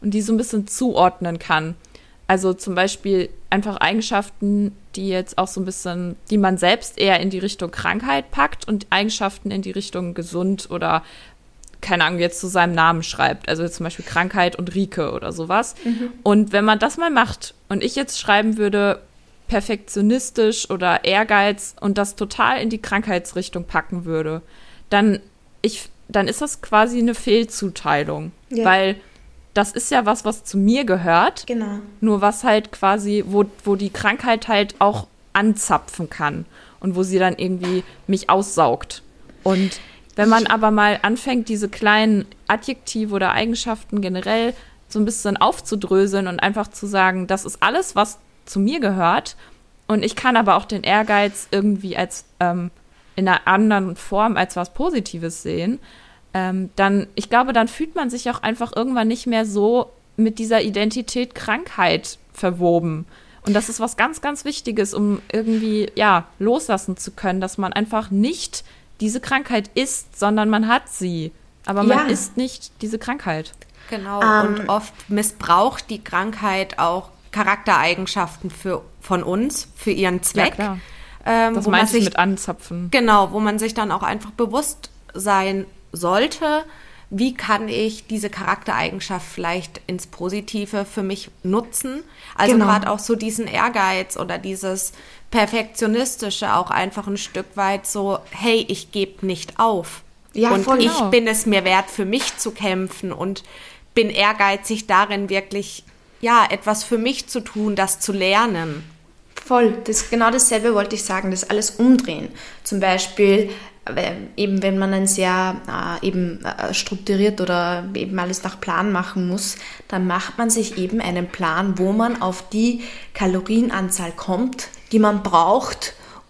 und die so ein bisschen zuordnen kann. Also zum Beispiel einfach Eigenschaften, die jetzt auch so ein bisschen, die man selbst eher in die Richtung Krankheit packt und Eigenschaften in die Richtung gesund oder, keine Ahnung, jetzt zu seinem Namen schreibt. Also jetzt zum Beispiel Krankheit und Rike oder sowas. Mhm. Und wenn man das mal macht und ich jetzt schreiben würde, perfektionistisch oder Ehrgeiz und das total in die Krankheitsrichtung packen würde, dann, ich, dann ist das quasi eine Fehlzuteilung. Ja. Weil das ist ja was, was zu mir gehört. Genau. Nur was halt quasi, wo, wo die Krankheit halt auch anzapfen kann und wo sie dann irgendwie mich aussaugt. Und wenn man aber mal anfängt, diese kleinen Adjektive oder Eigenschaften generell so ein bisschen aufzudröseln und einfach zu sagen, das ist alles, was zu mir gehört und ich kann aber auch den Ehrgeiz irgendwie als ähm, in einer anderen Form als was Positives sehen, Ähm, dann, ich glaube, dann fühlt man sich auch einfach irgendwann nicht mehr so mit dieser Identität Krankheit verwoben. Und das ist was ganz, ganz Wichtiges, um irgendwie, ja, loslassen zu können, dass man einfach nicht diese Krankheit ist, sondern man hat sie. Aber man ja. ist nicht diese Krankheit. Genau, ähm, und oft missbraucht die Krankheit auch Charaktereigenschaften für, von uns, für ihren Zweck. Ja, klar. Ähm, das wo meinte man sich, ich mit anzapfen. Genau, wo man sich dann auch einfach bewusst sein sollte, wie kann ich diese Charaktereigenschaft vielleicht ins Positive für mich nutzen? Also genau. gerade auch so diesen Ehrgeiz oder dieses Perfektionistische auch einfach ein Stück weit so, hey, ich gebe nicht auf. Ja, und voll ich genau. bin es mir wert, für mich zu kämpfen und bin ehrgeizig darin, wirklich ja etwas für mich zu tun, das zu lernen. Voll, das, genau dasselbe wollte ich sagen, das alles umdrehen. Zum Beispiel eben wenn man ein sehr äh, eben äh, strukturiert oder eben alles nach Plan machen muss, dann macht man sich eben einen Plan, wo man auf die Kalorienanzahl kommt, die man braucht,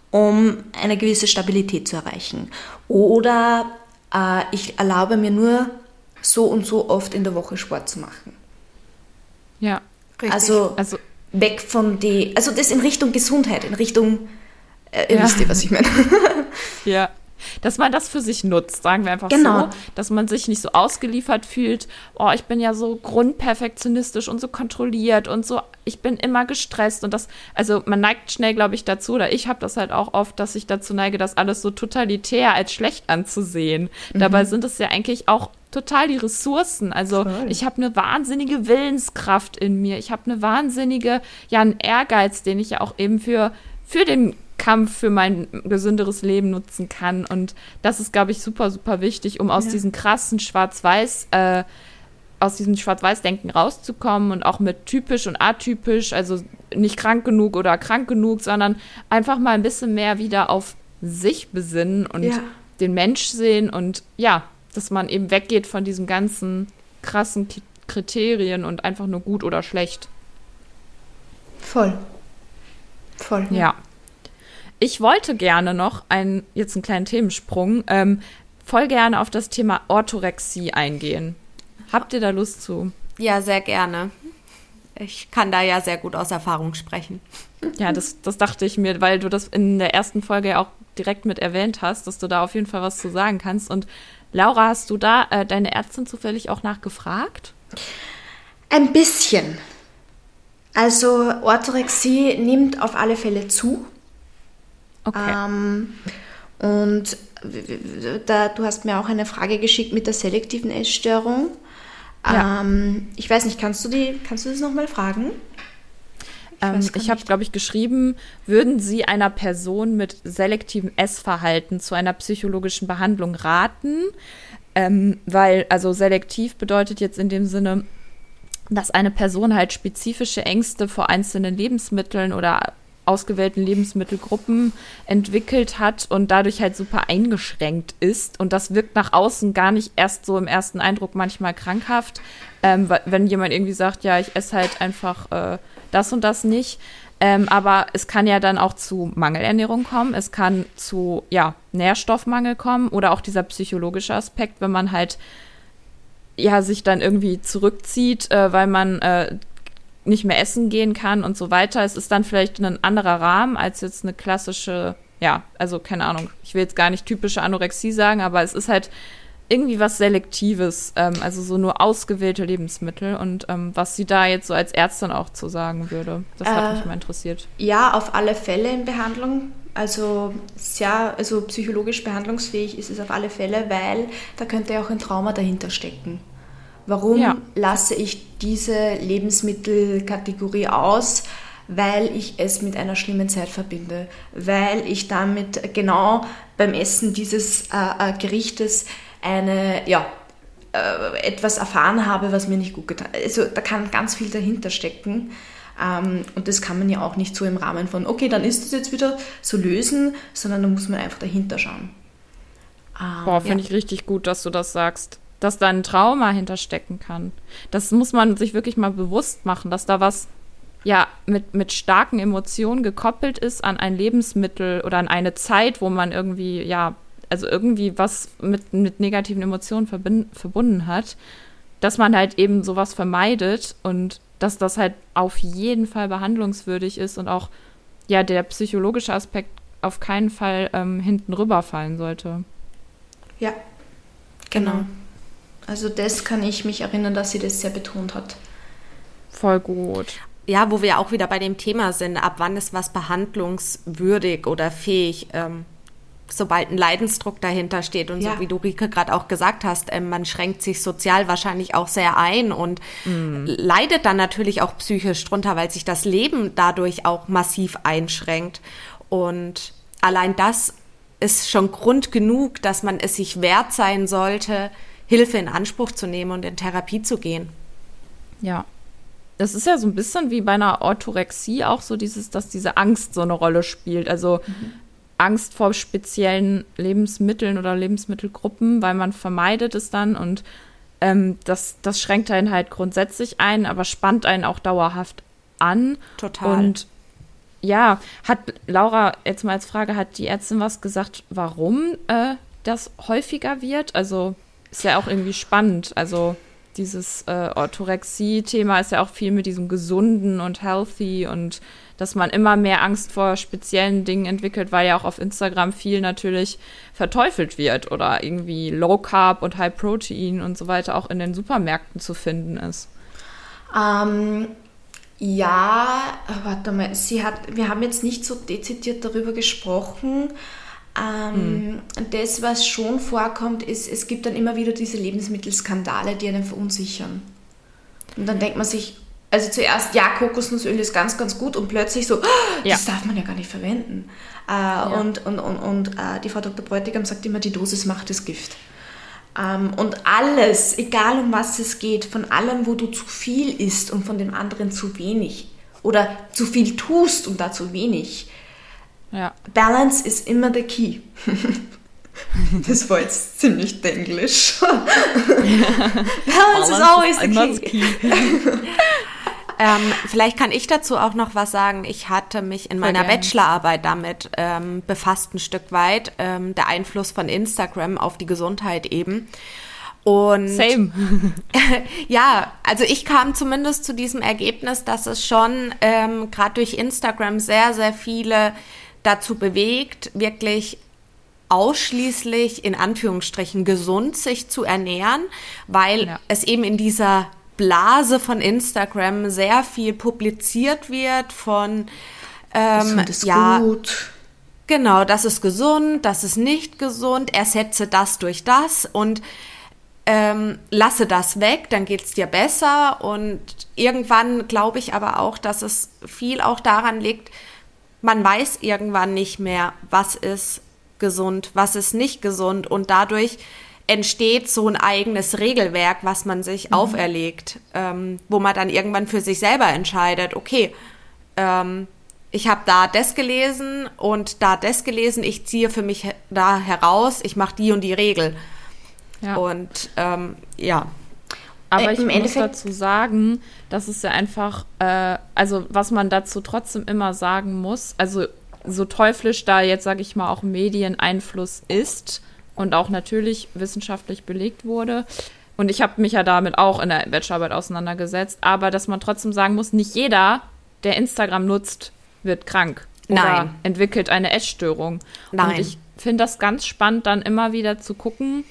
um eine gewisse Stabilität zu erreichen. Oder äh, ich erlaube mir nur so und so oft in der Woche Sport zu machen. Ja. Richtig. Also, also weg von die, also das in Richtung Gesundheit, in Richtung, äh, ihr ja. wisst ihr, was ich meine. Ja. Dass man das für sich nutzt, sagen wir einfach genau. so, dass man sich nicht so ausgeliefert fühlt, oh, ich bin ja so grundperfektionistisch und so kontrolliert und so, ich bin immer gestresst und das, also man neigt schnell, glaube ich, dazu, oder ich habe das halt auch oft, dass ich dazu neige, das alles so totalitär als schlecht anzusehen. Mhm. Dabei sind es ja eigentlich auch total die Ressourcen, also Voll. Ich habe eine wahnsinnige Willenskraft in mir, ich habe eine wahnsinnige, ja, einen Ehrgeiz, den ich ja auch eben für, für den Kampf für mein gesünderes Leben nutzen kann. Und das ist, glaube ich, super, super wichtig, um aus ja. diesem krassen Schwarz-Weiß, äh, aus diesem Schwarz-Weiß-Denken rauszukommen und auch mit typisch und atypisch, also nicht krank genug oder krank genug, sondern einfach mal ein bisschen mehr wieder auf sich besinnen und ja. den Mensch sehen und ja, dass man eben weggeht von diesen ganzen krassen K- Kriterien und einfach nur gut oder schlecht. Voll. Voll. Ja. ja. Ich wollte gerne noch einen, jetzt einen kleinen Themensprung, ähm, voll gerne auf das Thema Orthorexie eingehen. Habt ihr da Lust zu? Ja, sehr gerne. Ich kann da ja sehr gut aus Erfahrung sprechen. Ja, das, das dachte ich mir, weil du das in der ersten Folge ja auch direkt mit erwähnt hast, dass du da auf jeden Fall was zu sagen kannst. Und Laura, hast du da äh, deine Ärztin zufällig auch nachgefragt? Ein bisschen. Also Orthorexie nimmt auf alle Fälle zu. Okay. Ähm, und da, du hast mir auch eine Frage geschickt mit der selektiven Essstörung. Ja. Ähm, ich weiß nicht, kannst du, die, kannst du das nochmal fragen? Ich, ähm, ich habe, glaube ich, geschrieben, würden Sie einer Person mit selektivem Essverhalten zu einer psychologischen Behandlung raten? Ähm, weil, also selektiv bedeutet jetzt in dem Sinne, dass eine Person halt spezifische Ängste vor einzelnen Lebensmitteln oder ausgewählten Lebensmittelgruppen entwickelt hat und dadurch halt super eingeschränkt ist. Und das wirkt nach außen gar nicht erst so im ersten Eindruck manchmal krankhaft. Ähm, wenn jemand irgendwie sagt, ja, ich esse halt einfach äh, das und das nicht. Ähm, aber es kann ja dann auch zu Mangelernährung kommen. Es kann zu, ja, Nährstoffmangel kommen oder auch dieser psychologische Aspekt, wenn man halt, ja, sich dann irgendwie zurückzieht, äh, weil man äh, nicht mehr essen gehen kann und so weiter. Es ist dann vielleicht ein anderer Rahmen als jetzt eine klassische, ja, also keine Ahnung, ich will jetzt gar nicht typische Anorexie sagen, aber es ist halt irgendwie was Selektives, ähm, also so nur ausgewählte Lebensmittel und ähm, was sie da jetzt so als Ärztin auch zu sagen würde. Das hat Äh, mich mal interessiert. Ja, auf alle Fälle in Behandlung. Also sehr, also psychologisch behandlungsfähig ist es auf alle Fälle, weil da könnte ja auch ein Trauma dahinter stecken. Warum Ja. lasse ich diese Lebensmittelkategorie aus? Weil ich es mit einer schlimmen Zeit verbinde, weil ich damit genau beim Essen dieses äh, äh, Gerichtes eine, ja, äh, etwas erfahren habe, was mir nicht gut getan hat. Also da kann ganz viel dahinter stecken. Ähm, und das kann man ja auch nicht so im Rahmen von, okay, dann ist das jetzt wieder so lösen, sondern da muss man einfach dahinter schauen. Ähm, Boah, finde ja. ich richtig gut, dass du das sagst. Dass da ein Trauma hinterstecken kann. Das muss man sich wirklich mal bewusst machen, dass da was ja mit, mit starken Emotionen gekoppelt ist an ein Lebensmittel oder an eine Zeit, wo man irgendwie, ja, also irgendwie was mit, mit negativen Emotionen verbind, verbunden hat, dass man halt eben sowas vermeidet und dass das halt auf jeden Fall behandlungswürdig ist und auch, ja, der psychologische Aspekt auf keinen Fall ähm, hinten rüberfallen sollte. Ja, genau. Also das kann ich mich erinnern, dass sie das sehr betont hat. Voll gut. Ja, wo wir auch wieder bei dem Thema sind, ab wann ist was behandlungswürdig oder fähig, ähm, sobald ein Leidensdruck dahinter steht und Ja. so wie du, Rike, gerade auch gesagt hast, ähm, man schränkt sich sozial wahrscheinlich auch sehr ein und leidet dann natürlich auch psychisch drunter, weil sich das Leben dadurch auch massiv einschränkt. Und allein das ist schon Grund genug, dass man es sich wert sein sollte, Hilfe in Anspruch zu nehmen und in Therapie zu gehen. Ja. Das ist ja so ein bisschen wie bei einer Orthorexie auch so dieses, dass diese Angst so eine Rolle spielt. Also mhm. Angst vor speziellen Lebensmitteln oder Lebensmittelgruppen, weil man vermeidet es dann und ähm, das, das schränkt einen halt grundsätzlich ein, aber spannt einen auch dauerhaft an. Total. Und ja, hat Laura jetzt mal als Frage, hat die Ärztin was gesagt, warum äh, das häufiger wird? Also ist ja auch irgendwie spannend. Also dieses äh, Orthorexie-Thema ist ja auch viel mit diesem Gesunden und Healthy und dass man immer mehr Angst vor speziellen Dingen entwickelt, weil ja auch auf Instagram viel natürlich verteufelt wird oder irgendwie Low Carb und High Protein und so weiter auch in den Supermärkten zu finden ist. Ähm, ja, warte mal, sie hat, wir haben jetzt nicht so dezidiert darüber gesprochen. Ähm, hm. Das, was schon vorkommt, ist, es gibt dann immer wieder diese Lebensmittelskandale, die einen verunsichern. Und dann denkt man sich, also zuerst, ja, Kokosnussöl ist ganz, ganz gut und plötzlich so, oh, das ja. darf man ja gar nicht verwenden. Äh, ja. Und, und, und, und äh, die Frau Doktor Bräutigam sagt immer, die Dosis macht das Gift. Ähm, und alles, egal um was es geht, von allem, wo du zu viel isst und von dem anderen zu wenig oder zu viel tust und da zu wenig, ja. Balance ist immer der Key. Das war jetzt ziemlich denglisch. Balance is always the key. ähm, vielleicht kann ich dazu auch noch was sagen. Ich hatte mich in meiner Bachelorarbeit damit ähm, befasst, ein Stück weit, ähm, der Einfluss von Instagram auf die Gesundheit eben. Und Same. Ja, also ich kam zumindest zu diesem Ergebnis, dass es schon ähm, gerade durch Instagram sehr, sehr viele dazu bewegt, wirklich ausschließlich in Anführungsstrichen gesund sich zu ernähren, weil ja. es eben in dieser Blase von Instagram sehr viel publiziert wird von ähm, das ist ja gut. Genau, das ist gesund, das ist nicht gesund, ersetze das durch das und ähm, lasse das weg, dann geht's dir besser. Und irgendwann glaube ich aber auch, dass es viel auch daran liegt, man weiß irgendwann nicht mehr, was ist gesund, was ist nicht gesund und dadurch entsteht so ein eigenes Regelwerk, was man sich mhm. auferlegt, ähm, wo man dann irgendwann für sich selber entscheidet, okay, ähm, ich habe da das gelesen und da das gelesen, ich ziehe für mich da heraus, ich mache die und die Regel. Ja. Und ähm, ja. Aber ich muss dazu sagen, dass es ja einfach, äh, also was man dazu trotzdem immer sagen muss, also so teuflisch da jetzt, sage ich mal, auch Medieneinfluss ist und auch natürlich wissenschaftlich belegt wurde. Und ich habe mich ja damit auch in der Bachelorarbeit auseinandergesetzt, aber dass man trotzdem sagen muss, nicht jeder, der Instagram nutzt, wird krank oder Nein. entwickelt eine Essstörung. Nein. Und ich finde das ganz spannend, dann immer wieder zu gucken,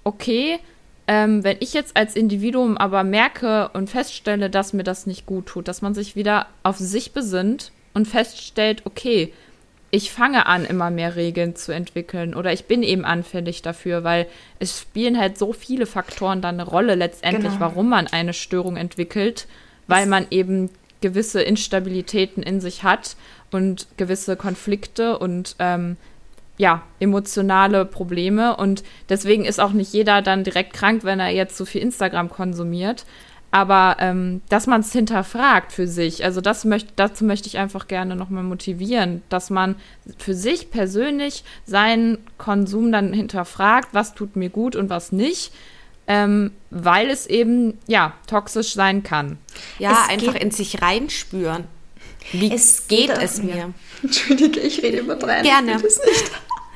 okay, ähm, wenn ich jetzt als Individuum aber merke und feststelle, dass mir das nicht gut tut, dass man sich wieder auf sich besinnt und feststellt, okay, ich fange an, immer mehr Regeln zu entwickeln oder ich bin eben anfällig dafür, weil es spielen halt so viele Faktoren dann eine Rolle letztendlich, Genau. warum man eine Störung entwickelt, weil man eben gewisse Instabilitäten in sich hat und gewisse Konflikte und ähm, ja, emotionale Probleme und deswegen ist auch nicht jeder dann direkt krank, wenn er jetzt so viel Instagram konsumiert. Aber ähm, dass man es hinterfragt für sich, also das möcht, dazu möchte ich einfach gerne nochmal motivieren, dass man für sich persönlich seinen Konsum dann hinterfragt, was tut mir gut und was nicht, ähm, weil es eben, ja, toxisch sein kann. Ja, Es einfach geht- in sich reinspüren. Wie Es geht geht auch- es mir? Entschuldige, ich rede immer rein. Gerne. Ich will das nicht.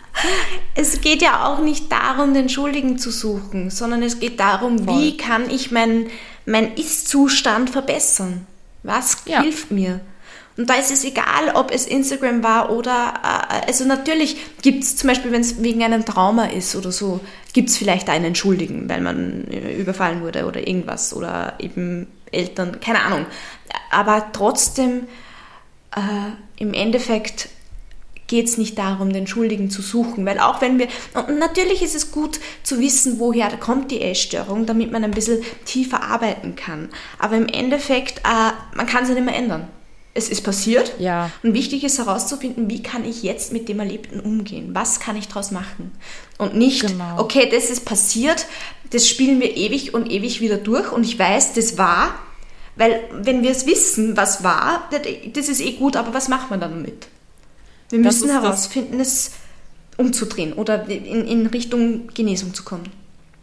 Es geht ja auch nicht darum, den Schuldigen zu suchen, sondern es geht darum, Voll. wie kann ich meinen mein Ist-Zustand verbessern? Was Ja. hilft mir? Und da ist es egal, ob es Instagram war oder, äh, also natürlich gibt es zum Beispiel, wenn es wegen einem Trauma ist oder so, gibt es vielleicht einen Schuldigen, weil man äh, überfallen wurde oder irgendwas oder eben Eltern, keine Ahnung. Aber trotzdem, äh, im Endeffekt geht es nicht darum, den Schuldigen zu suchen, weil auch wenn wir, und natürlich ist es gut zu wissen, woher kommt die Essstörung, damit man ein bisschen tiefer arbeiten kann. Aber im Endeffekt, äh, man kann es ja nicht mehr ändern. Es ist passiert. Ja. Und wichtig ist herauszufinden, wie kann ich jetzt mit dem Erlebten umgehen? Was kann ich daraus machen? Und nicht, Genau. okay, das ist passiert, das spielen wir ewig und ewig wieder durch und ich weiß, das war, weil wenn wir es wissen, was war, das ist eh gut, aber was macht man dann damit? Wir Das müssen ist das- herausfinden, es umzudrehen oder in, in Richtung Genesung zu kommen.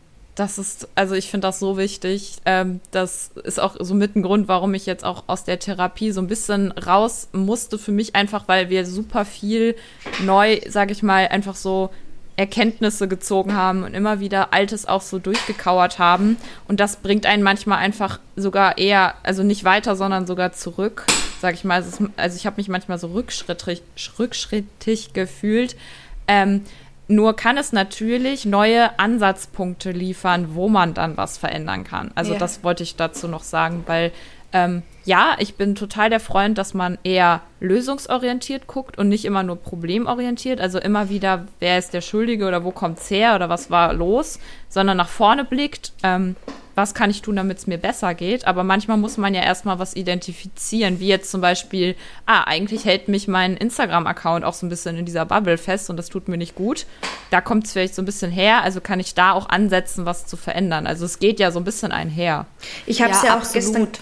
Das ist, also ich finde das so wichtig. Ähm, das ist auch so mit ein Grund, warum ich jetzt auch aus der Therapie so ein bisschen raus musste für mich, einfach weil wir super viel neu, sage ich mal, einfach so Erkenntnisse gezogen haben und immer wieder Altes auch so durchgekauert haben. Und das bringt einen manchmal einfach sogar eher, also nicht weiter, sondern sogar zurück, sage ich mal. Es ist, also ich habe mich manchmal so rückschrittig, rückschrittig gefühlt. Ähm, Nur kann es natürlich neue Ansatzpunkte liefern, wo man dann was verändern kann. Also Ja. das wollte ich dazu noch sagen, weil ähm, ja, ich bin total der Freund, dass man eher lösungsorientiert guckt und nicht immer nur problemorientiert. Also immer wieder, wer ist der Schuldige oder wo kommt's her oder was war los, sondern nach vorne blickt, ähm, was kann ich tun, damit es mir besser geht. Aber manchmal muss man ja erstmal was identifizieren, wie jetzt zum Beispiel, ah, eigentlich hält mich mein Instagram-Account auch so ein bisschen in dieser Bubble fest und das tut mir nicht gut. Da kommt es vielleicht so ein bisschen her, also kann ich da auch ansetzen, was zu verändern. Also es geht ja so ein bisschen einher. Ich habe es ja, Ja, auch gestern, absolut.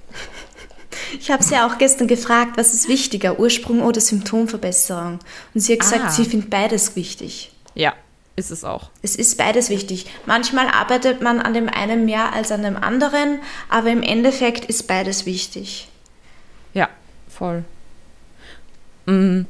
ich habe ja auch gestern gefragt, was ist wichtiger, Ursprung oder Symptomverbesserung? Und sie hat gesagt, Ah. sie findet beides wichtig. Ja, ist es auch. Es ist beides wichtig. Manchmal arbeitet man an dem einen mehr als an dem anderen, aber im Endeffekt ist beides wichtig. Ja, voll. Mm.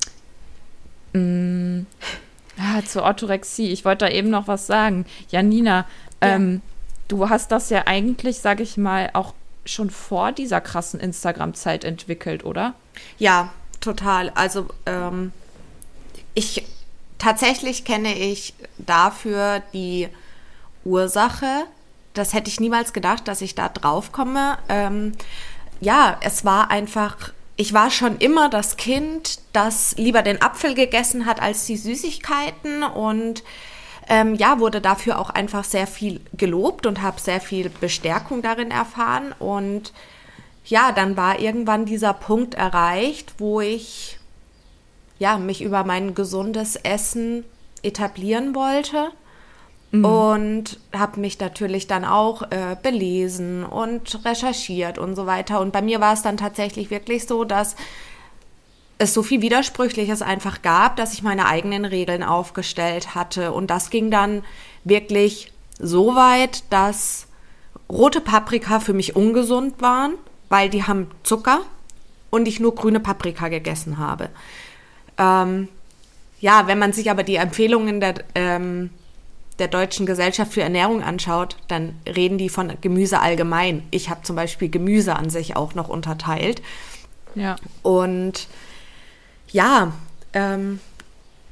Mm. Ja, zur Orthorexie. Ich wollte da eben noch was sagen. Janina, Ja. ähm, du hast das ja eigentlich, sag ich mal, auch schon vor dieser krassen Instagram-Zeit entwickelt, oder? Ja, total. Also ähm, ich tatsächlich kenne ich dafür die Ursache. Das hätte ich niemals gedacht, dass ich da drauf komme. Ähm, ja, es war einfach, ich war schon immer das Kind, das lieber den Apfel gegessen hat als die Süßigkeiten und ähm, ja, wurde dafür auch einfach sehr viel gelobt und habe sehr viel Bestärkung darin erfahren. Und ja, dann war irgendwann dieser Punkt erreicht, wo ich ja, mich über mein gesundes Essen etablieren wollte. Und habe mich natürlich dann auch äh, belesen und recherchiert und so weiter. Und bei mir war es dann tatsächlich wirklich so, dass es so viel Widersprüchliches einfach gab, dass ich meine eigenen Regeln aufgestellt hatte. Und das ging dann wirklich so weit, dass rote Paprika für mich ungesund waren, weil die haben Zucker und ich nur grüne Paprika gegessen habe. Ähm, ja, wenn man sich aber die Empfehlungen der ähm, der Deutschen Gesellschaft für Ernährung anschaut, dann reden die von Gemüse allgemein. Ich habe zum Beispiel Gemüse an sich auch noch unterteilt. Ja. Und ja, ähm,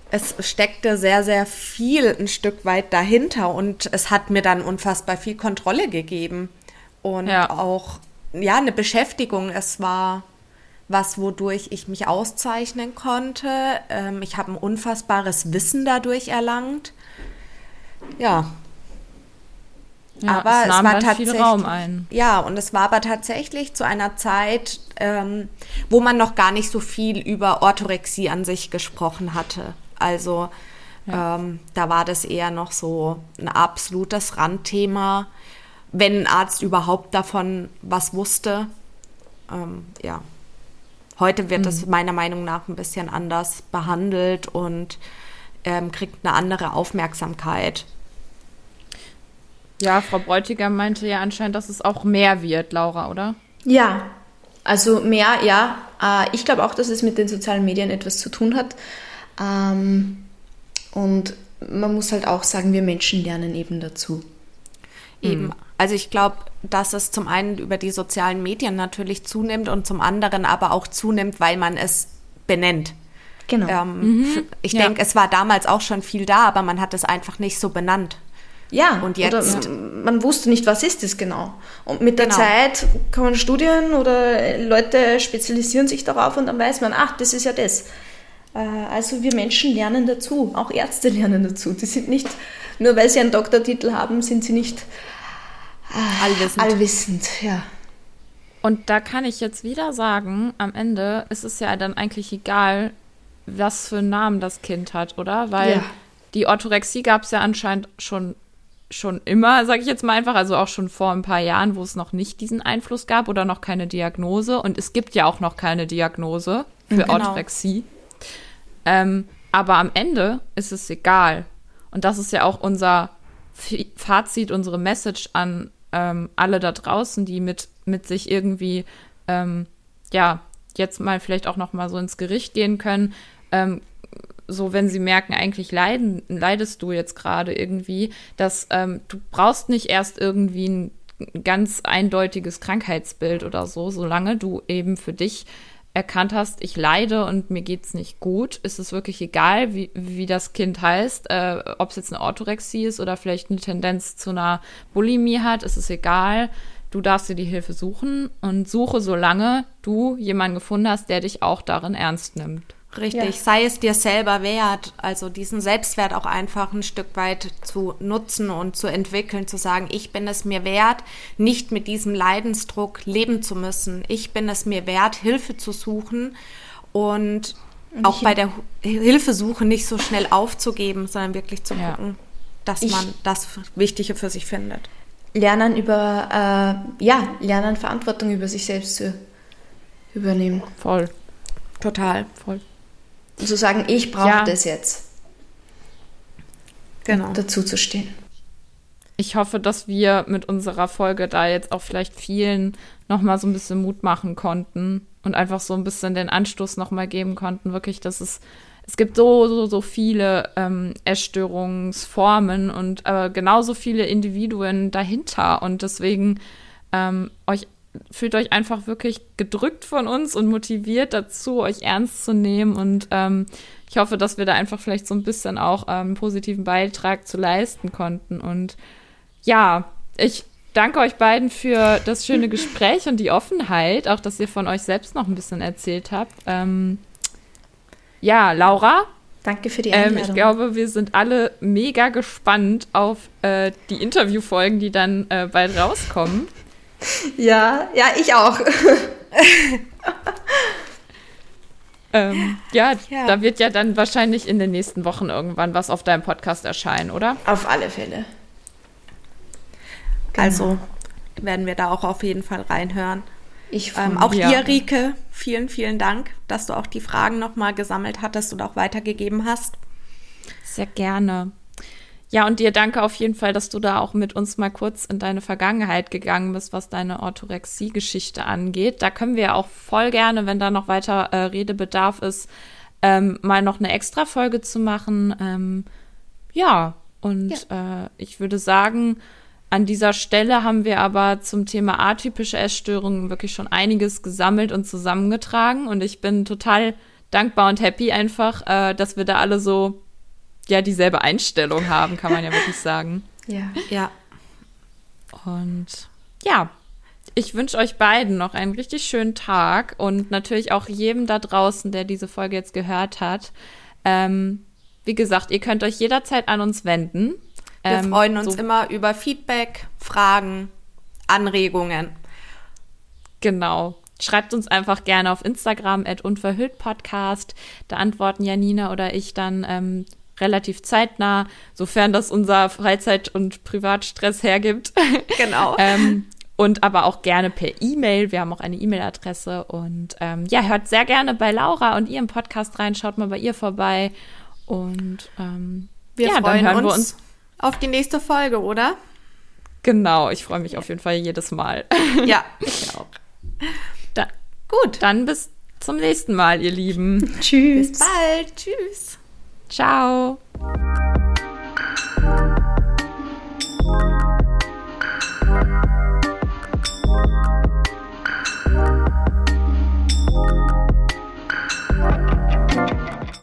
es steckte sehr, sehr viel ein Stück weit dahinter und es hat mir dann unfassbar viel Kontrolle gegeben und ja. auch ja eine Beschäftigung. Es war was, wodurch ich mich auszeichnen konnte. Ähm, ich habe ein unfassbares Wissen dadurch erlangt. Ja. Ja, aber es nahm es war dann viel Raum ein. Ja, und es war aber tatsächlich zu einer Zeit, ähm, wo man noch gar nicht so viel über Orthorexie an sich gesprochen hatte. Also ja. ähm, da war das eher noch so ein absolutes Randthema, wenn ein Arzt überhaupt davon was wusste. Ähm, ja. Heute wird es mhm. meiner Meinung nach ein bisschen anders behandelt und ähm, kriegt eine andere Aufmerksamkeit. Ja, Frau Bräutigam meinte ja anscheinend, dass es auch mehr wird, Laura, oder? Ja, also mehr, ja. Äh, ich glaube auch, dass es mit den sozialen Medien etwas zu tun hat. Ähm, und man muss halt auch sagen, wir Menschen lernen eben dazu. Eben. Mhm. Also ich glaube, dass es zum einen über die sozialen Medien natürlich zunimmt und zum anderen aber auch zunimmt, weil man es benennt. Genau. Ähm, mhm. Ich ja. denke, es war damals auch schon viel da, aber man hat es einfach nicht so benannt. Ja, und jetzt, oder man wusste nicht, was ist das genau. Und mit der genau. Zeit kommen Studien oder Leute spezialisieren sich darauf und dann weiß man, ach, das ist ja das. Also wir Menschen lernen dazu, auch Ärzte lernen dazu. Die sind nicht, nur weil sie einen Doktortitel haben, sind sie nicht äh, allwissend. allwissend. Ja. Und da kann ich jetzt wieder sagen, am Ende ist es ja dann eigentlich egal, was für einen Namen das Kind hat, oder? Weil ja. die Orthorexie gab es ja anscheinend schon schon immer, sage ich jetzt mal einfach, also auch schon vor ein paar Jahren, wo es noch nicht diesen Einfluss gab oder noch keine Diagnose. Und es gibt ja auch noch keine Diagnose für genau. Orthorexie. Ähm, aber am Ende ist es egal. Und das ist ja auch unser F- Fazit, unsere Message an ähm, alle da draußen, die mit, mit sich irgendwie, ähm, ja, jetzt mal vielleicht auch noch mal so ins Gericht gehen können, ähm, so, wenn sie merken, eigentlich leiden, leidest du jetzt gerade irgendwie, dass ähm, du brauchst nicht erst irgendwie ein ganz eindeutiges Krankheitsbild oder so, solange du eben für dich erkannt hast, ich leide und mir geht's nicht gut, ist es wirklich egal, wie, wie das Kind heißt, äh, ob es jetzt eine Orthorexie ist oder vielleicht eine Tendenz zu einer Bulimie hat, ist es egal. Du darfst dir die Hilfe suchen und suche, solange du jemanden gefunden hast, der dich auch darin ernst nimmt. Richtig, ja. Sei es dir selber wert, also diesen Selbstwert auch einfach ein Stück weit zu nutzen und zu entwickeln, zu sagen, ich bin es mir wert, nicht mit diesem Leidensdruck leben zu müssen. Ich bin es mir wert, Hilfe zu suchen und, und auch bei der Hilfesuche nicht so schnell aufzugeben, sondern wirklich zu ja. gucken, dass ich man das Wichtige für sich findet. Lernen über, äh, ja, lernen Verantwortung über sich selbst zu übernehmen. Voll. Total. Voll. Zu sagen, ich brauche ja. das jetzt. Genau. Dazu zu stehen. Ich hoffe, dass wir mit unserer Folge da jetzt auch vielleicht vielen nochmal so ein bisschen Mut machen konnten und einfach so ein bisschen den Anstoß nochmal geben konnten. Wirklich, dass es, es gibt so, so, so viele ähm, Essstörungsformen und äh, genauso viele Individuen dahinter. Und deswegen ähm, euch fühlt euch einfach wirklich gedrückt von uns und motiviert dazu, euch ernst zu nehmen. Und ähm, ich hoffe, dass wir da einfach vielleicht so ein bisschen auch ähm, einen positiven Beitrag zu leisten konnten. Und ja, ich danke euch beiden für das schöne Gespräch und die Offenheit, auch dass ihr von euch selbst noch ein bisschen erzählt habt. Ähm, ja, Laura. Danke für die Einladung. Ähm, ich glaube, wir sind alle mega gespannt auf äh, die Interviewfolgen, die dann äh, bald rauskommen. Ja, ja, ich auch. ähm, ja, ja, da wird ja dann wahrscheinlich in den nächsten Wochen irgendwann was auf deinem Podcast erscheinen, oder? Auf alle Fälle. Genau. Also werden wir da auch auf jeden Fall reinhören. Ich ähm, auch ja. dir, Rike, vielen, vielen Dank, dass du auch die Fragen nochmal gesammelt hattest und auch weitergegeben hast. Sehr gerne. Ja, und dir danke auf jeden Fall, dass du da auch mit uns mal kurz in deine Vergangenheit gegangen bist, was deine Orthorexie-Geschichte angeht. Da können wir ja auch voll gerne, wenn da noch weiter äh, Redebedarf ist, ähm, mal noch eine Extra-Folge zu machen. Ähm, ja, und ja. Äh, ich würde sagen, an dieser Stelle haben wir aber zum Thema atypische Essstörungen wirklich schon einiges gesammelt und zusammengetragen. Und ich bin total dankbar und happy einfach, äh, dass wir da alle so, ja, dieselbe Einstellung haben, kann man ja wirklich sagen. Ja. Ja. Und ja, ich wünsche euch beiden noch einen richtig schönen Tag und natürlich auch jedem da draußen, der diese Folge jetzt gehört hat. Ähm, wie gesagt, ihr könnt euch jederzeit an uns wenden. Wir ähm, freuen uns so, immer über Feedback, Fragen, Anregungen. Genau. Schreibt uns einfach gerne auf Instagram at unverhülltpodcast. Da antworten Janina oder ich dann ähm, relativ zeitnah, sofern das unser Freizeit- und Privatstress hergibt. Genau. ähm, und aber auch gerne per E-Mail. Wir haben auch eine E-Mail-Adresse. Und ähm, ja, hört sehr gerne bei Laura und ihrem Podcast rein. Schaut mal bei ihr vorbei. Und ähm, wir ja, freuen dann hören uns, wir uns auf die nächste Folge, oder? Genau, ich freue mich auf jeden Fall jedes Mal. Ja, ich auch. Da, Gut. Dann bis zum nächsten Mal, ihr Lieben. Tschüss. Bis bald. Tschüss. Ciao.